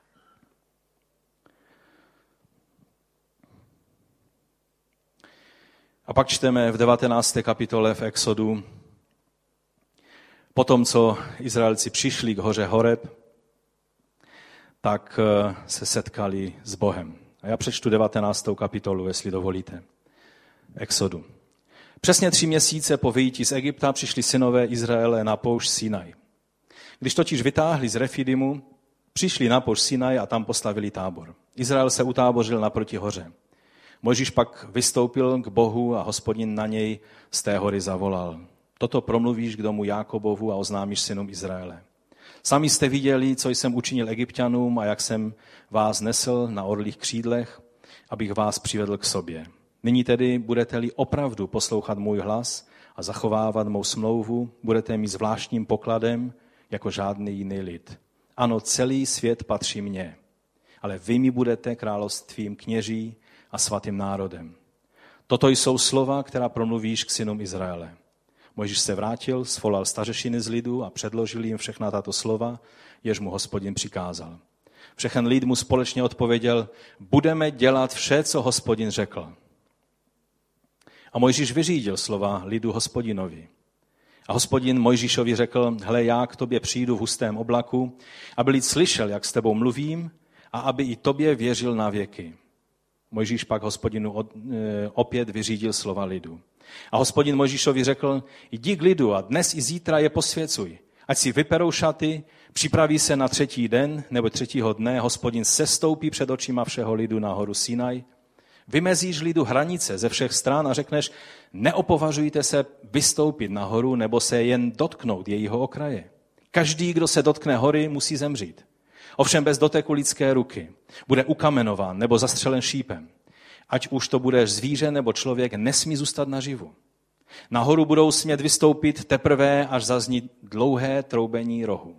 A pak čteme v 19. kapitole v Exodu, potom, co Izraelci přišli k hoře Horeb, tak se setkali s Bohem. A já přečtu 19. kapitolu, jestli dovolíte. Exodu. Přesně 3 měsíce po vyjití z Egypta přišli synové Izraele na poušť Sinaj. Když totiž vytáhli z Refidimu, Přišli na poušť Sinaj a tam postavili tábor. Izrael se utábořil naproti hoře. Mojžíš pak vystoupil k Bohu a Hospodin na něj z té hory zavolal. Toto promluvíš k domu Jákobovu a oznámíš synům Izraele. Sami jste viděli, co jsem učinil Egypťanům a jak jsem vás nesl na orlích křídlech, abych vás přivedl k sobě. Nyní tedy budete-li opravdu poslouchat můj hlas a zachovávat mou smlouvu, budete mít zvláštním pokladem jako žádný jiný lid. Ano, celý svět patří mně, ale vy mi budete královstvím kněží a svatým národem. Toto jsou slova, která promluvíš k synům Izraele. Mojžíš se vrátil, svolal stařešiny z lidu a předložil jim všechna tato slova, jež mu Hospodin přikázal. Všechen lid mu společně odpověděl, budeme dělat vše, co Hospodin řekl. A Mojžíš vyřídil slova lidu Hospodinovi. A Hospodin Mojžíšovi řekl, hle, já k tobě přijdu v hustém oblaku, aby lid slyšel, jak s tebou mluvím, a aby i tobě věřil na věky. Mojžíš pak Hospodinu opět vyřídil slova lidu. A Hospodin Mojžíšovi řekl, jdi k lidu a dnes i zítra je posvěcuj. Ať si vyperou šaty, připraví se na 3. den nebo 3. dne, Hospodin sestoupí před očima všeho lidu na horu Sinaj. Vymezíš lidu hranice ze všech stran a řekneš, neopovažujte se vystoupit nahoru nebo se jen dotknout jejího okraje. Každý, kdo se dotkne hory, musí zemřít. Ovšem bez doteku lidské ruky. Bude ukamenován nebo zastřelen šípem. Ať už to bude zvíře nebo člověk, nesmí zůstat naživu. Nahoru budou smět vystoupit teprve, až zazní dlouhé troubení rohu.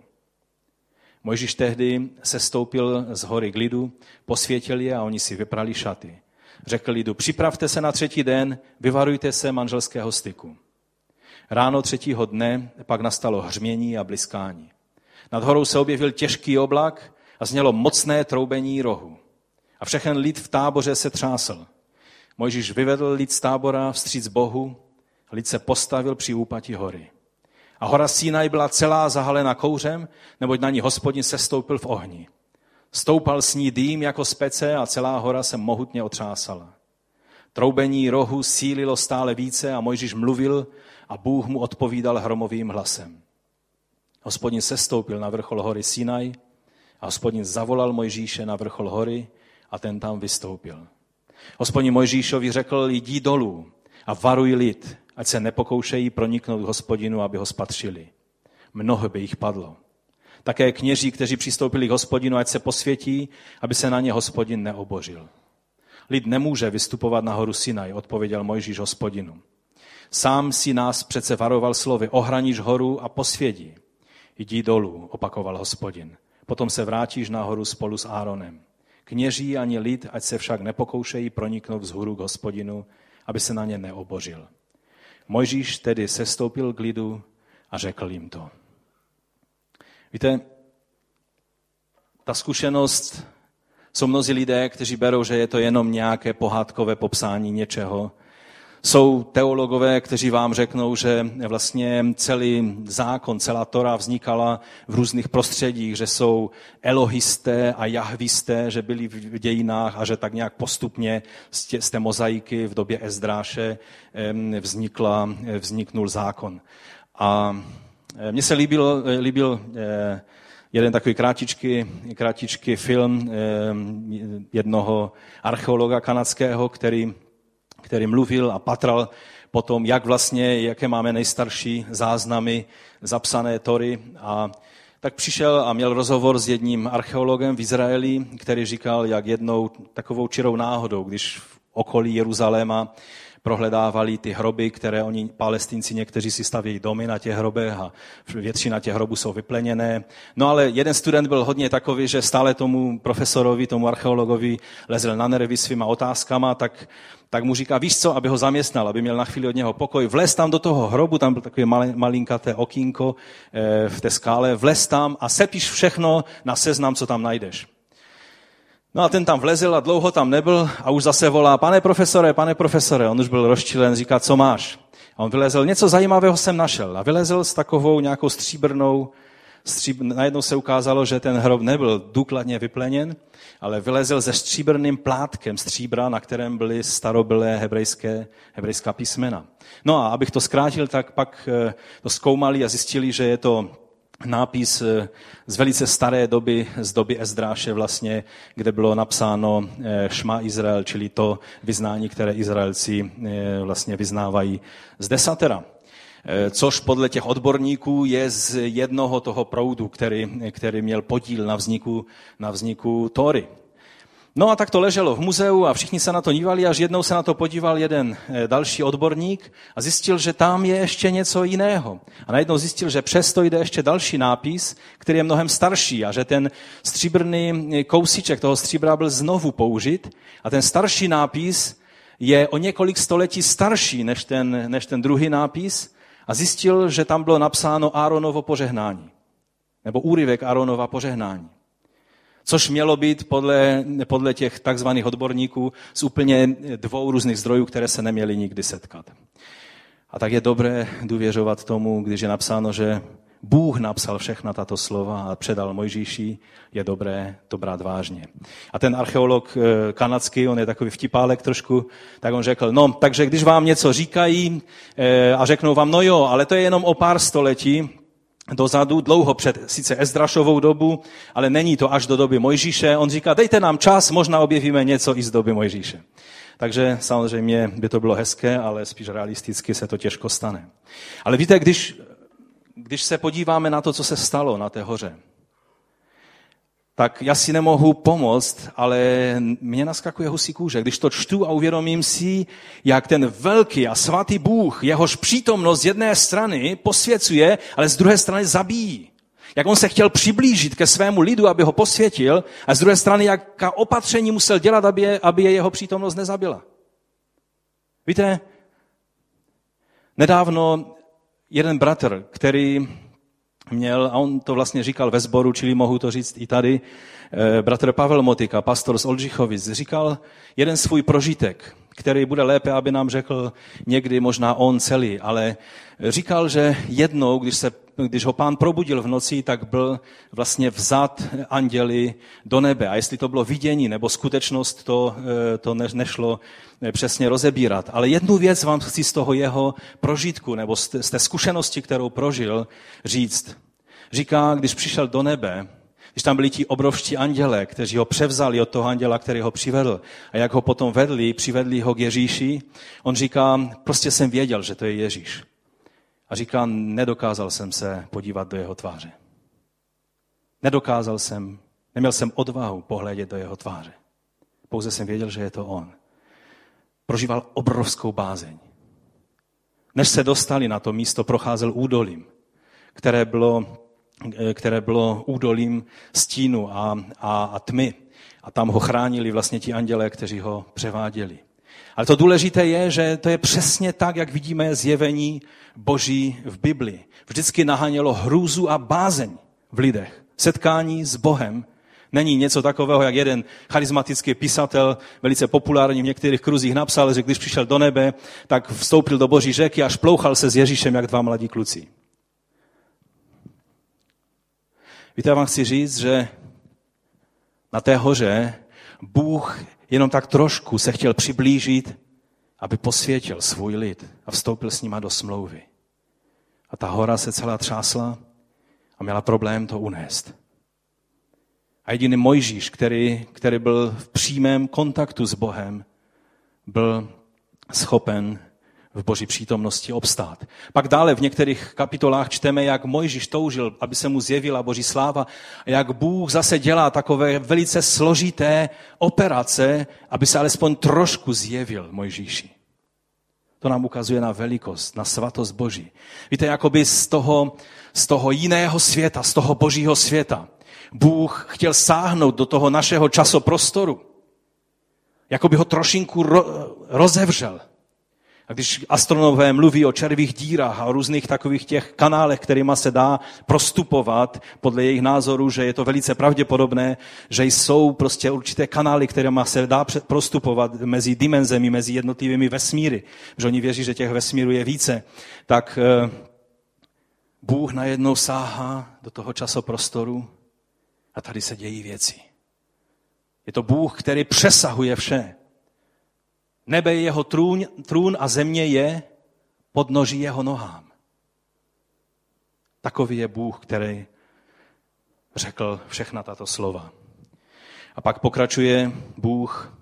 Mojžíš tehdy sestoupil z hory k lidu, posvětil je a oni si vyprali šaty. Řekl lidu, připravte se na 3. den, vyvarujte se manželského styku. Ráno 3. dne pak nastalo hřmění a bliskání. Nad horou se objevil těžký oblak a znělo mocné troubení rohu. A všechen lid v táboře se třásl. Mojžíš vyvedl lid z tábora vstříc Bohu, lid se postavil při úpatí hory. A hora Sinaj byla celá zahalena kouřem, neboť na ní Hospodin sestoupil v ohni. Stoupal s ní dým jako z pece a celá hora se mohutně otřásala. Troubení rohu sílilo stále více a Mojžíš mluvil a Bůh mu odpovídal hromovým hlasem. Hospodin sestoupil na vrchol hory Sinaj a Hospodin zavolal Mojžíše na vrchol hory a ten tam vystoupil. Hospodin Mojžíšovi řekl, jdi dolů a varuj lid, ať se nepokoušejí proniknout k Hospodinu, aby ho spatřili. Mnoho by jich padlo. Také kněží, kteří přistoupili k Hospodinu, ať se posvětí, aby se na ně Hospodin neobořil. Lid nemůže vystupovat na horu Sinaj, odpověděl Mojžíš Hospodinu. Sám si nás přece varoval slovy, ohraniš horu a posvědí. Jdi dolů, opakoval Hospodin. Potom se vrátíš nahoru spolu s Áronem. Kněží ani lid, ať se však nepokoušejí proniknout vzhůru k Hospodinu, aby se na ně neobořil. Mojžíš tedy sestoupil k lidu a řekl jim to. Víte, ta zkušenost, jsou mnozí lidé, kteří berou, že je to jenom nějaké pohádkové popsání něčeho. Jsou teologové, kteří vám řeknou, že vlastně celý zákon, celá Tora vznikala v různých prostředích, že jsou elohisté a jahvisté, že byli v dějinách a že tak nějak postupně z té mozaiky v době Ezdráše vzniknul zákon. A mně se líbil jeden takový kratičký film jednoho archeologa kanadského, který mluvil a patral potom, jaké máme nejstarší záznamy zapsané Tory. A tak přišel a měl rozhovor s jedním archeologem v Izraeli, který říkal, jak jednou takovou čirou náhodou, když v okolí Jeruzaléma prohledávali ty hroby, které oni, Palestinci, někteří si stavějí domy na těch hrobech a většina těch hrobů jsou vypleněné. No ale jeden student byl hodně takový, že stále tomu profesorovi, tomu archeologovi lezl na nervy svýma otázkama, tak mu říká, víš co, aby ho zaměstnal, aby měl na chvíli od něho pokoj, vlez tam do toho hrobu, tam byl takové malinkaté okýnko v té skále, vlez tam a sepiš všechno na seznam, co tam najdeš. No a ten tam vlezl a dlouho tam nebyl a už zase volá, pane profesore, on už byl rozčilen, říká, co máš? A on vylezl, něco zajímavého jsem našel a vylezl s takovou nějakou stříbrnou, najednou se ukázalo, že ten hrob nebyl důkladně vypleněn, ale vylezl se stříbrným plátkem stříbra, na kterém byly starobylé hebrejská písmena. No a abych to zkrátil, tak pak to zkoumali a zjistili, že je to nápis z velice staré doby, z doby Ezdráše vlastně, kde bylo napsáno Šma Izrael, čili to vyznání, které Izraelci vlastně vyznávají z desatera. Což podle těch odborníků je z jednoho toho proudu, který měl podíl na vzniku Tóry. No a tak to leželo v muzeu a všichni se na to dívali, až jednou se na to podíval jeden další odborník a zjistil, že tam je ještě něco jiného. A najednou zjistil, že přesto jde ještě další nápis, který je mnohem starší a že ten stříbrný kousíček toho stříbra byl znovu použit a ten starší nápis je o několik století starší než ten druhý nápis a zjistil, že tam bylo napsáno Áronovo požehnání nebo úryvek Áronova požehnání. Což mělo být podle těch takzvaných odborníků z úplně dvou různých zdrojů, které se neměly nikdy setkat. A tak je dobré důvěřovat tomu, když je napsáno, že Bůh napsal všechna tato slova a předal Mojžíši, je dobré to brát vážně. A ten archeolog kanadský, on je takový vtipálek trošku, tak on řekl, no, takže když vám něco říkají a řeknou vám, no jo, ale to je jenom o pár století, dozadu, dlouho před sice Ezdrašovou dobu, ale není to až do doby Mojžíše. On říká, dejte nám čas, možná objevíme něco i z doby Mojžíše. Takže samozřejmě by to bylo hezké, ale spíš realisticky se to těžko stane. Ale víte, když se podíváme na to, co se stalo na té hoře, tak já si nemohu pomoct, ale mě naskakuje husí kůže. Když to čtu a uvědomím si, jak ten velký a svatý Bůh, jehož přítomnost z jedné strany posvěcuje, ale z druhé strany zabíjí. Jak on se chtěl přiblížit ke svému lidu, aby ho posvětil, a z druhé strany, jaká opatření musel dělat, aby je jeho přítomnost nezabila. Víte, nedávno jeden bratr, který měl, a on to vlastně říkal ve sboru, čili mohu to říct i tady, bratr Pavel Motika, pastor z Oldřichovic, říkal jeden svůj prožitek, který bude lépe, aby nám řekl někdy možná on celý, ale říkal, že jednou, když ho Pán probudil v noci, tak byl vlastně vzat anděli do nebe. A jestli to bylo vidění nebo skutečnost, to nešlo přesně rozebírat. Ale jednu věc vám chci z toho jeho prožitku nebo z té zkušenosti, kterou prožil, říct. Říká, když přišel do nebe, když tam byli ti obrovští andělé, kteří ho převzali od toho anděla, který ho přivedl, a jak ho potom přivedli ho k Ježíši, on říká, prostě jsem věděl, že to je Ježíš. A říká, nedokázal jsem se podívat do jeho tváře. Neměl jsem odvahu pohlédět do jeho tváře. Pouze jsem věděl, že je to on. Prožíval obrovskou bázeň. Než se dostali na to místo, procházel údolím, které bylo údolím stínu a tmy. A tam ho chránili vlastně ti andělé, kteří ho převáděli. Ale to důležité je, že to je přesně tak, jak vidíme zjevení Boží v Bibli. Vždycky nahánělo hrůzu a bázeň v lidech. Setkání s Bohem není něco takového, jak jeden charismatický pisatel, velice populární v některých kruzích napsal, že když přišel do nebe, tak vstoupil do Boží řeky a šplouchal se s Ježíšem jak dva mladí kluci. Víte, já vám chci říct, že na té hoře Bůh jenom tak trošku se chtěl přiblížit, aby posvětil svůj lid a vstoupil s nima do smlouvy. A ta hora se celá třásla a měla problém to unést. A jediný Mojžíš, který byl v přímém kontaktu s Bohem, byl schopen v Boží přítomnosti obstát. Pak dále v některých kapitolách čteme, jak Mojžíš toužil, aby se mu zjevila Boží sláva, a jak Bůh zase dělá takové velice složité operace, aby se alespoň trošku zjevil Mojžíši. To nám ukazuje na velikost, na svatost Boží. Víte, jakoby z toho jiného světa, z toho Božího světa, Bůh chtěl sáhnout do toho našeho časoprostoru. Jakoby ho trošinku rozevřel. A když astronomové mluví o červých dírách a o různých takových těch kanálech, kterýma se dá prostupovat, podle jejich názoru, že je to velice pravděpodobné, že jsou prostě určité kanály, kterýma se dá prostupovat mezi dimenzemi, mezi jednotlivými vesmíry, že oni věří, že těch vesmírů je více, tak Bůh najednou sáhá do toho časoprostoru a tady se dějí věci. Je to Bůh, který přesahuje vše. Nebe je jeho trůn a země je podnoží jeho nohám. Takový je Bůh, který řekl všechna tato slova. A pak pokračuje Bůh,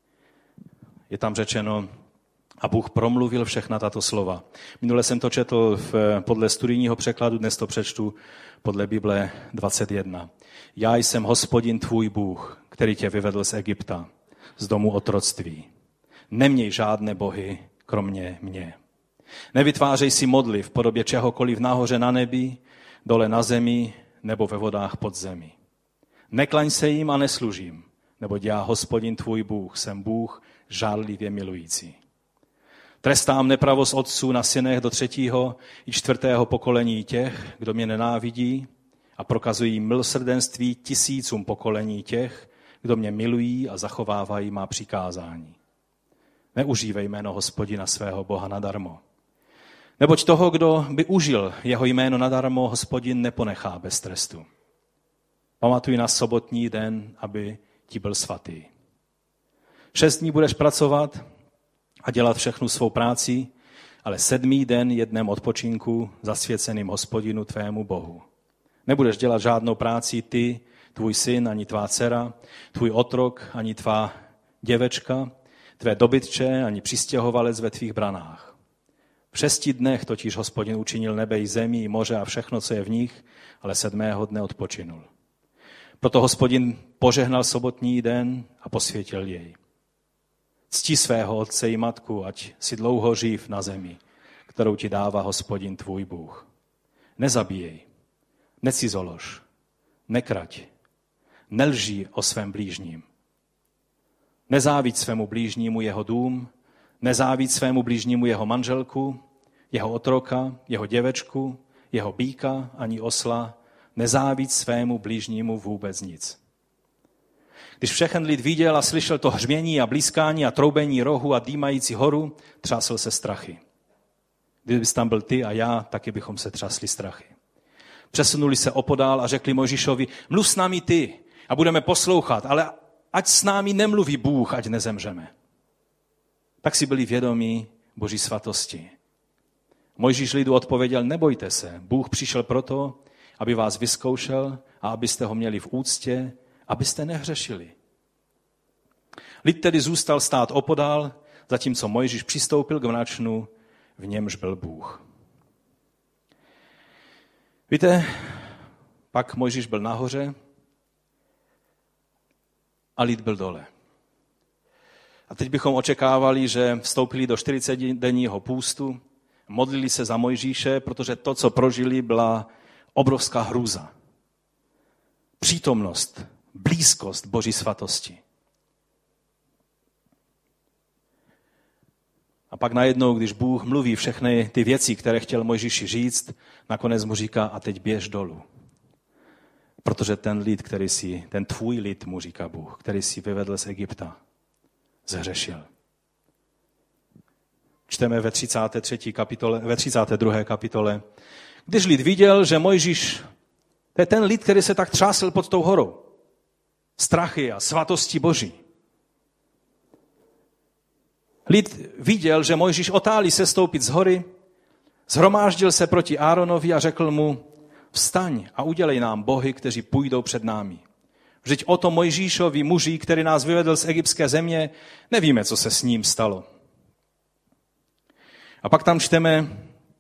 je tam řečeno, a Bůh promluvil všechna tato slova. Minule jsem to četl podle studijního překladu, dnes to přečtu podle Bible 21. Já jsem Hospodin tvůj Bůh, který tě vyvedl z Egypta, z domu otroctví. Neměj žádné bohy, kromě mě. Nevytvářej si modly v podobě čehokoliv nahoře na nebi, dole na zemi nebo ve vodách pod zemi. Neklaň se jim a neslužím, neboť já, Hospodin tvůj Bůh, jsem Bůh žárlivě milující. Trestám nepravost otců na synech do 3. i 4. pokolení těch, kdo mě nenávidí, a prokazují milosrdenství tisícům pokolení těch, kdo mě milují a zachovávají má přikázání. Neužívej jméno Hospodina svého Boha nadarmo. Neboť toho, kdo by užil jeho jméno nadarmo, Hospodin neponechá bez trestu. Pamatuj na sobotní den, aby ti byl svatý. 6 dní budeš pracovat a dělat všechnu svou práci, ale 7. den je dnem odpočinku zasvěceným Hospodinu tvému Bohu. Nebudeš dělat žádnou práci ty, tvůj syn, ani tvá dcera, tvůj otrok, ani tvá děvečka, tvé dobytče, ani přistěhovalec ve tvých branách. V 6 dnech totiž Hospodin učinil nebe i zemi, i moře a všechno, co je v nich, ale 7. dne odpočinul. Proto Hospodin požehnal sobotní den a posvětil jej. Cti svého otce i matku, ať si dlouho živ na zemi, kterou ti dává Hospodin tvůj Bůh. Nezabíjej, necizolož, nekrať, nelži o svém blížním. Nezáviď svému blížnímu jeho dům, nezáviď svému blížnímu jeho manželku, jeho otroka, jeho děvečku, jeho býka ani osla, nezáviď svému blížnímu vůbec nic. Když všechen lid viděl a slyšel to hřmění a blízkání a troubení rohu a dýmající horu, třásl se strachy. Kdybys tam byl ty a já, taky bychom se třásli strachy. Přesunuli se opodál a řekli Mojžíšovi, mluv s námi ty a budeme poslouchat, ale ať s námi nemluví Bůh, ať nezemřeme. Tak si byli vědomí Boží svatosti. Mojžíš lidu odpověděl, nebojte se, Bůh přišel proto, aby vás vyzkoušel a abyste ho měli v úctě, abyste nehřešili. Lid tedy zůstal stát opodál, zatímco Mojžíš přistoupil k mračnu, v němž byl Bůh. Víte, pak Mojžíš byl nahoře a lid byl dole. A teď bychom očekávali, že vstoupili do 40denního půstu, modlili se za Mojžíše, protože to, co prožili, byla obrovská hrůza. Přítomnost, blízkost Boží svatosti. A pak najednou, když Bůh mluví všechny ty věci, které chtěl Mojžíši říct, nakonec mu říká, a teď běž dolů. Protože ten lid, ten tvůj lid, mu říká Bůh, který si vyvedl z Egypta, zhřešil. Čteme ve 32. kapitole. Když lid viděl, že Mojžíš, to je ten lid, který se tak třásl pod tou horou. Strachy a svatosti Boží. Lid viděl, že Mojžíš otálí sestoupit z hory, shromáždil se proti Áronovi a řekl mu, vstaň a udělej nám bohy, kteří půjdou před námi. Vždyť o tom Mojžíšovi muži, který nás vyvedl z egyptské země, nevíme, co se s ním stalo. A pak tam čteme,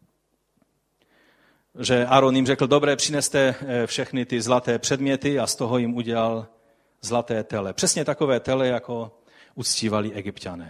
že Áron jim řekl, dobré, přineste všechny ty zlaté předměty a z toho jim udělal zlaté tele. Přesně takové tele, jako uctívali Egypťané.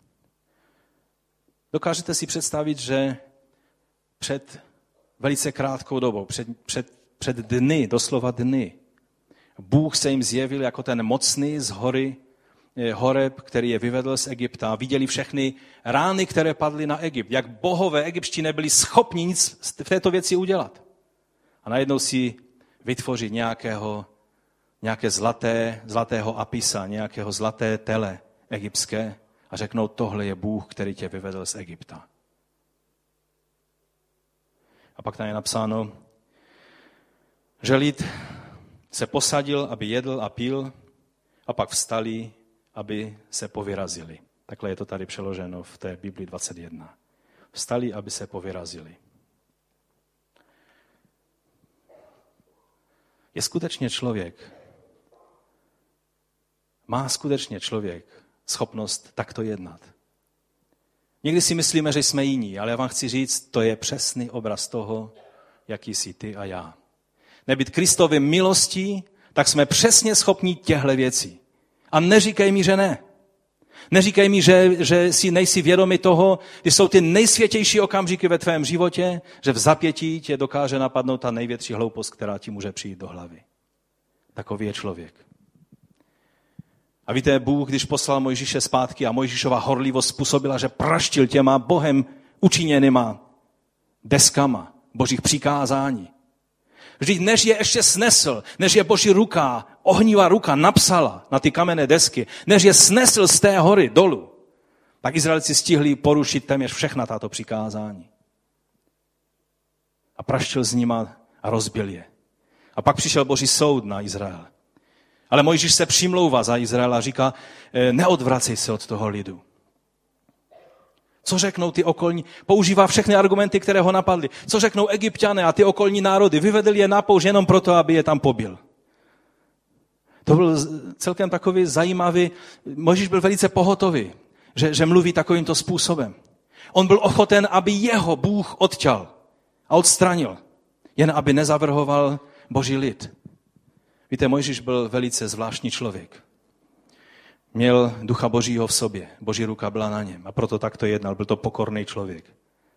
Dokážete si představit, že před velice krátkou dobou, před dny, doslova dny, Bůh se jim zjevil jako ten mocný z hory Horeb, který je vyvedl z Egypta. Viděli všechny rány, které padly na Egypt. Jak bohové egyptští nebyli schopni nic v této věci udělat. A najednou si vytvořit nějaké zlatého apisa, nějakého zlaté tele egyptské a řeknou, tohle je Bůh, který tě vyvedl z Egypta. A pak tam je napsáno, že lid se posadil, aby jedl a pil, a pak vstali, aby se povyrazili. Takhle je to tady přeloženo v té Bibli 21. Vstali, aby se povyrazili. je skutečně člověk, má skutečně člověk schopnost takto jednat. Někdy si myslíme, že jsme jiní, ale já vám chci říct, to je přesný obraz toho, jaký jsi ty a já. Nebýt Kristovy milostí, tak jsme přesně schopni těchto věcí. A neříkej mi, že ne. Neříkej mi, že si nejsi vědomi toho, když jsou ty nejsvětější okamžiky ve tvém životě, že v zapětí tě dokáže napadnout ta největší hloupost, která ti může přijít do hlavy. Takový je člověk. A víte, Bůh, když poslal Mojžíše zpátky a Mojžíšova horlivost způsobila, že praštil těma Bohem učiněnýma deskama Božích přikázání. Vždyť než je ještě snesl, než je Boží ruka, ohnivá ruka napsala na ty kamenné desky, než je snesl z té hory dolů, tak Izraelci stihli porušit téměř všechna tato přikázání. A praštil s nima a rozbil je. A pak přišel Boží soud na Izrael. Ale Mojžíš se přimlouvá za Izrael a říká, neodvracej se od toho lidu. Co řeknou ty okolní? Používá všechny argumenty, které ho napadly. Co řeknou Egypťané a ty okolní národy? Vyvedl je na poušť jenom proto, aby je tam pobil. To byl celkem takový zajímavý. Mojžíš byl velice pohotový, že mluví takovýmto způsobem. On byl ochoten, aby jeho Bůh odťal a odstranil, jen aby nezavrhoval Boží lid. Víte, Mojžíš byl velice zvláštní člověk. Měl ducha Božího v sobě. Boží ruka byla na něm. A proto takto jednal. Byl to pokorný člověk.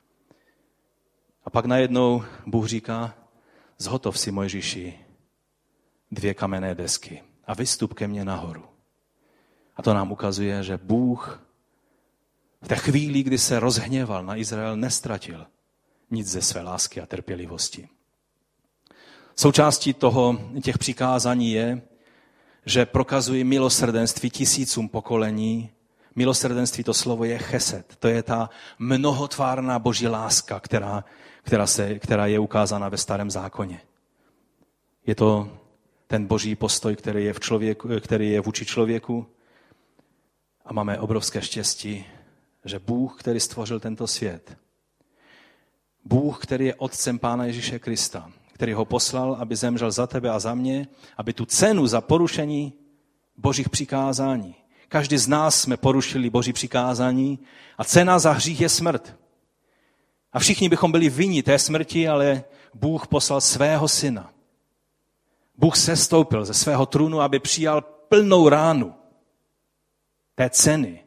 A pak najednou Bůh říká, zhotov si, Mojžíši, 2 kamenné desky a vystup ke mně nahoru. A to nám ukazuje, že Bůh v té chvíli, kdy se rozhněval na Izrael, nestratil nic ze své lásky a trpělivosti. Součástí těch přikázání je, že prokazují milosrdenství tisícům pokolení. Milosrdenství, to slovo je chesed. To je ta mnohotvárná Boží láska, která je ukázána ve Starém zákoně. Je to ten Boží postoj, který je vůči člověku. A máme obrovské štěstí, že Bůh, který stvořil tento svět, Bůh, který je otcem Pána Ježíše Krista, který ho poslal, aby zemřel za tebe a za mě, aby tu cenu za porušení Božích přikázání. Každý z nás jsme porušili Boží přikázání a cena za hřích je smrt. A všichni bychom byli vinni té smrti, ale Bůh poslal svého syna. Bůh sestoupil ze svého trůnu, aby přijal plnou ránu té ceny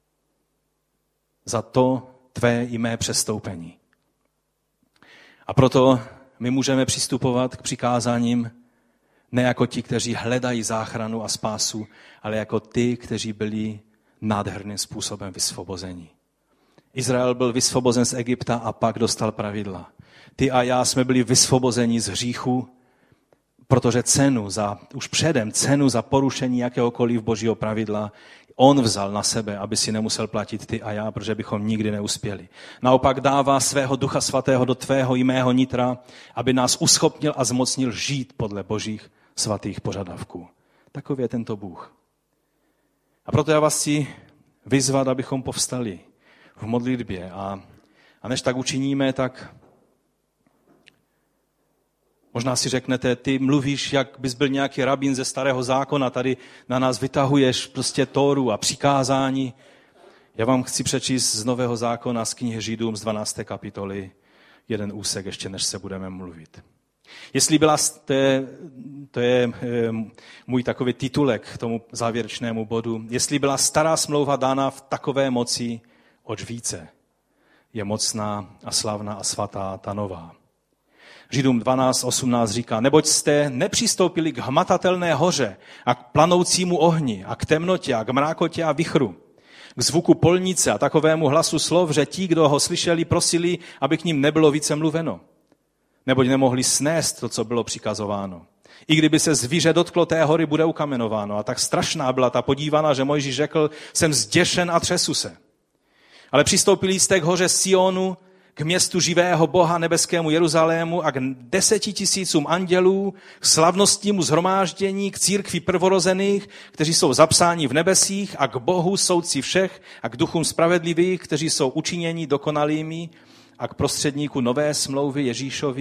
za to tvé i mé přestoupení. A proto my můžeme přistupovat k přikázáním ne jako ti, kteří hledají záchranu a spásu, ale jako ty, kteří byli nádherným způsobem vysvobozeni. Izrael byl vysvobozen z Egypta a pak dostal pravidla. Ty a já jsme byli vysvobozeni z hříchu, protože už předem cenu za porušení jakéhokoliv Božího pravidla on vzal na sebe, aby si nemusel platit ty a já, protože bychom nikdy neuspěli. Naopak dává svého Ducha Svatého do tvého i mého nitra, aby nás uschopnil a zmocnil žít podle Božích svatých požadavků. Takový je tento Bůh. A proto já vás chci vyzvat, abychom povstali v modlitbě a než tak učiníme, tak možná si řeknete, ty mluvíš, jak bys byl nějaký rabín ze Starého zákona, tady na nás vytahuješ prostě Tóru a přikázání. Já vám chci přečíst z Nového zákona z knihy Židům z 12. kapitoly jeden úsek, ještě než se budeme mluvit. Jestli byla, to je můj takový titulek k tomu závěrečnému bodu, jestli byla stará smlouva dána v takové moci, oč více je mocná a slavná a svatá ta nová. Židům 12:18 říká, neboť jste nepřistoupili k hmatatelné hoře a k planoucímu ohni a k temnotě a k mrákotě a vichru, k zvuku polnice a takovému hlasu slov, že ti, kdo ho slyšeli, prosili, aby k ním nebylo více mluveno. Neboť nemohli snést to, co bylo přikazováno. I kdyby se zvíře dotklo té hory, bude ukamenováno. A tak strašná byla ta podívaná, že Mojžíš řekl, jsem zděšen a třesu se. Ale přistoupili jste k hoře Sionu, k městu živého Boha, nebeskému Jeruzalému a k 10 000 andělů, k slavnostnímu shromáždění, k církvi prvorozených, kteří jsou zapsáni v nebesích, a k Bohu, soudci všech, a k duchům spravedlivých, kteří jsou učiněni dokonalými, a k prostředníku nové smlouvy Ježíšovi,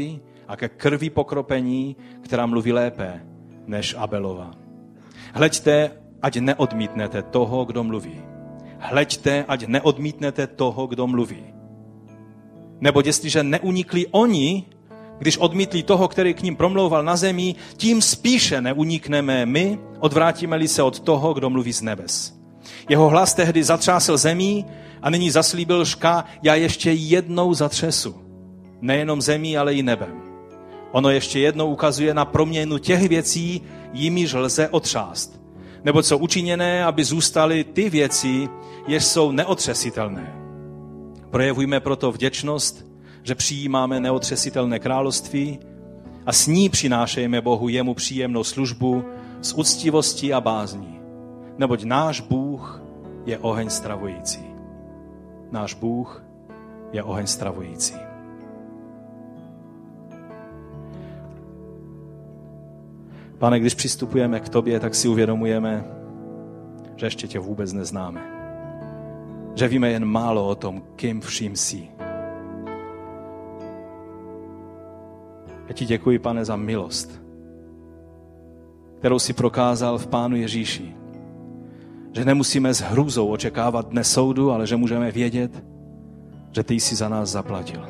a ke krvi pokropení, která mluví lépe než Abelova. Hleďte, ať neodmítnete toho, kdo mluví. Hleďte, ať neodmítnete toho, kdo mluví. Neboť jestliže neunikli oni, když odmítli toho, který k ním promlouval na zemi, tím spíše neunikneme my, odvrátíme-li se od toho, kdo mluví z nebes. Jeho hlas tehdy zatřásl zemí a nyní zaslíbil Žka, já ještě jednou zatřesu. Nejenom zemí, ale i nebem. Ono ještě jednou ukazuje na proměnu těch věcí, jimiž lze otřást. Nebo jsou učiněné, aby zůstaly ty věci, jež jsou neotřesitelné. Projevujme proto vděčnost, že přijímáme neotřesitelné království a s ní přinášejme Bohu jemu příjemnou službu s úctivostí a bázní. Neboť náš Bůh je oheň stravující. Náš Bůh je oheň stravující. Pane, když přistupujeme k tobě, tak si uvědomujeme, že ještě tě vůbec neznáme. Že víme jen málo o tom, kým vším jsi. Já ti děkuji, Pane, za milost, kterou jsi prokázal v Pánu Ježíši. Že nemusíme s hrůzou očekávat dne soudu, ale že můžeme vědět, že ty jsi za nás zaplatil.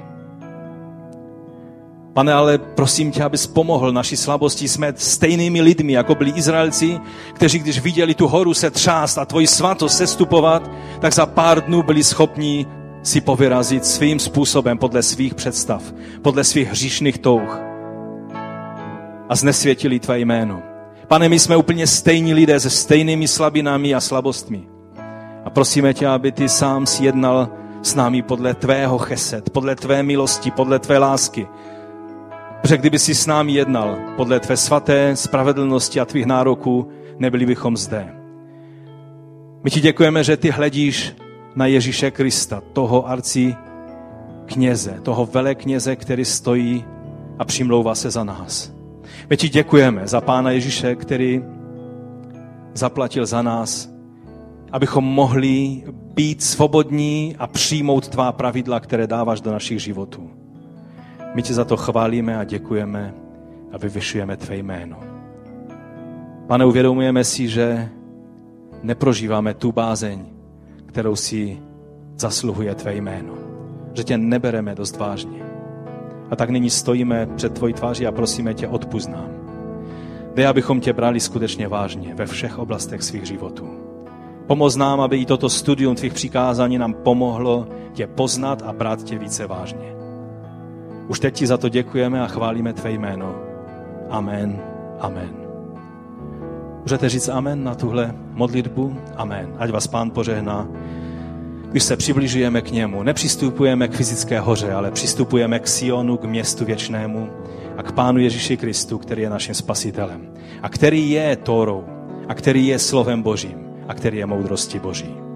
Pane, ale prosím tě, abys pomohl naší slabosti. Jsme stejnými lidmi, jako byli Izraelci, kteří, když viděli tu horu se třást a tvoji svatost sestupovat, tak za pár dnů byli schopni si povyrazit svým způsobem podle svých představ, podle svých hříšných touh a znesvětili tvé jméno. Pane, my jsme úplně stejní lidé se stejnými slabinami a slabostmi. A prosíme tě, aby ty sám si jednal s námi podle tvého chesed, podle tvé milosti, podle tvé lásky. Protože kdyby si s námi jednal podle tvé svaté spravedlnosti a tvých nároků, nebyli bychom zde. My ti děkujeme, že ty hledíš na Ježíše Krista, toho arcikněze, toho velekněze, který stojí a přimlouvá se za nás. My ti děkujeme za Pána Ježíše, který zaplatil za nás, abychom mohli být svobodní a přijmout tvá pravidla, které dáváš do našich životů. My tě za to chválíme a děkujeme a vyvyšujeme tvé jméno. Pane, uvědomujeme si, že neprožíváme tu bázeň, kterou si zasluhuje tvé jméno. Že tě nebereme dost vážně. A tak nyní stojíme před tvojí tváří a prosíme tě, odpusť nám. Dej, abychom tě brali skutečně vážně ve všech oblastech svých životů. Pomoz nám, aby i toto studium tvých přikázání nám pomohlo tě poznat a brát tě více vážně. Už teď ti za to děkujeme a chválíme tvé jméno. Amen. Amen. Můžete říct amen na tuhle modlitbu? Amen. Ať vás Pán požehná. Když se přibližujeme k němu, nepřistupujeme k fyzické hoře, ale přistupujeme k Sionu, k městu věčnému a k Pánu Ježíši Kristu, který je naším spasitelem a který je Tórou a který je slovem Božím a který je moudrostí Boží.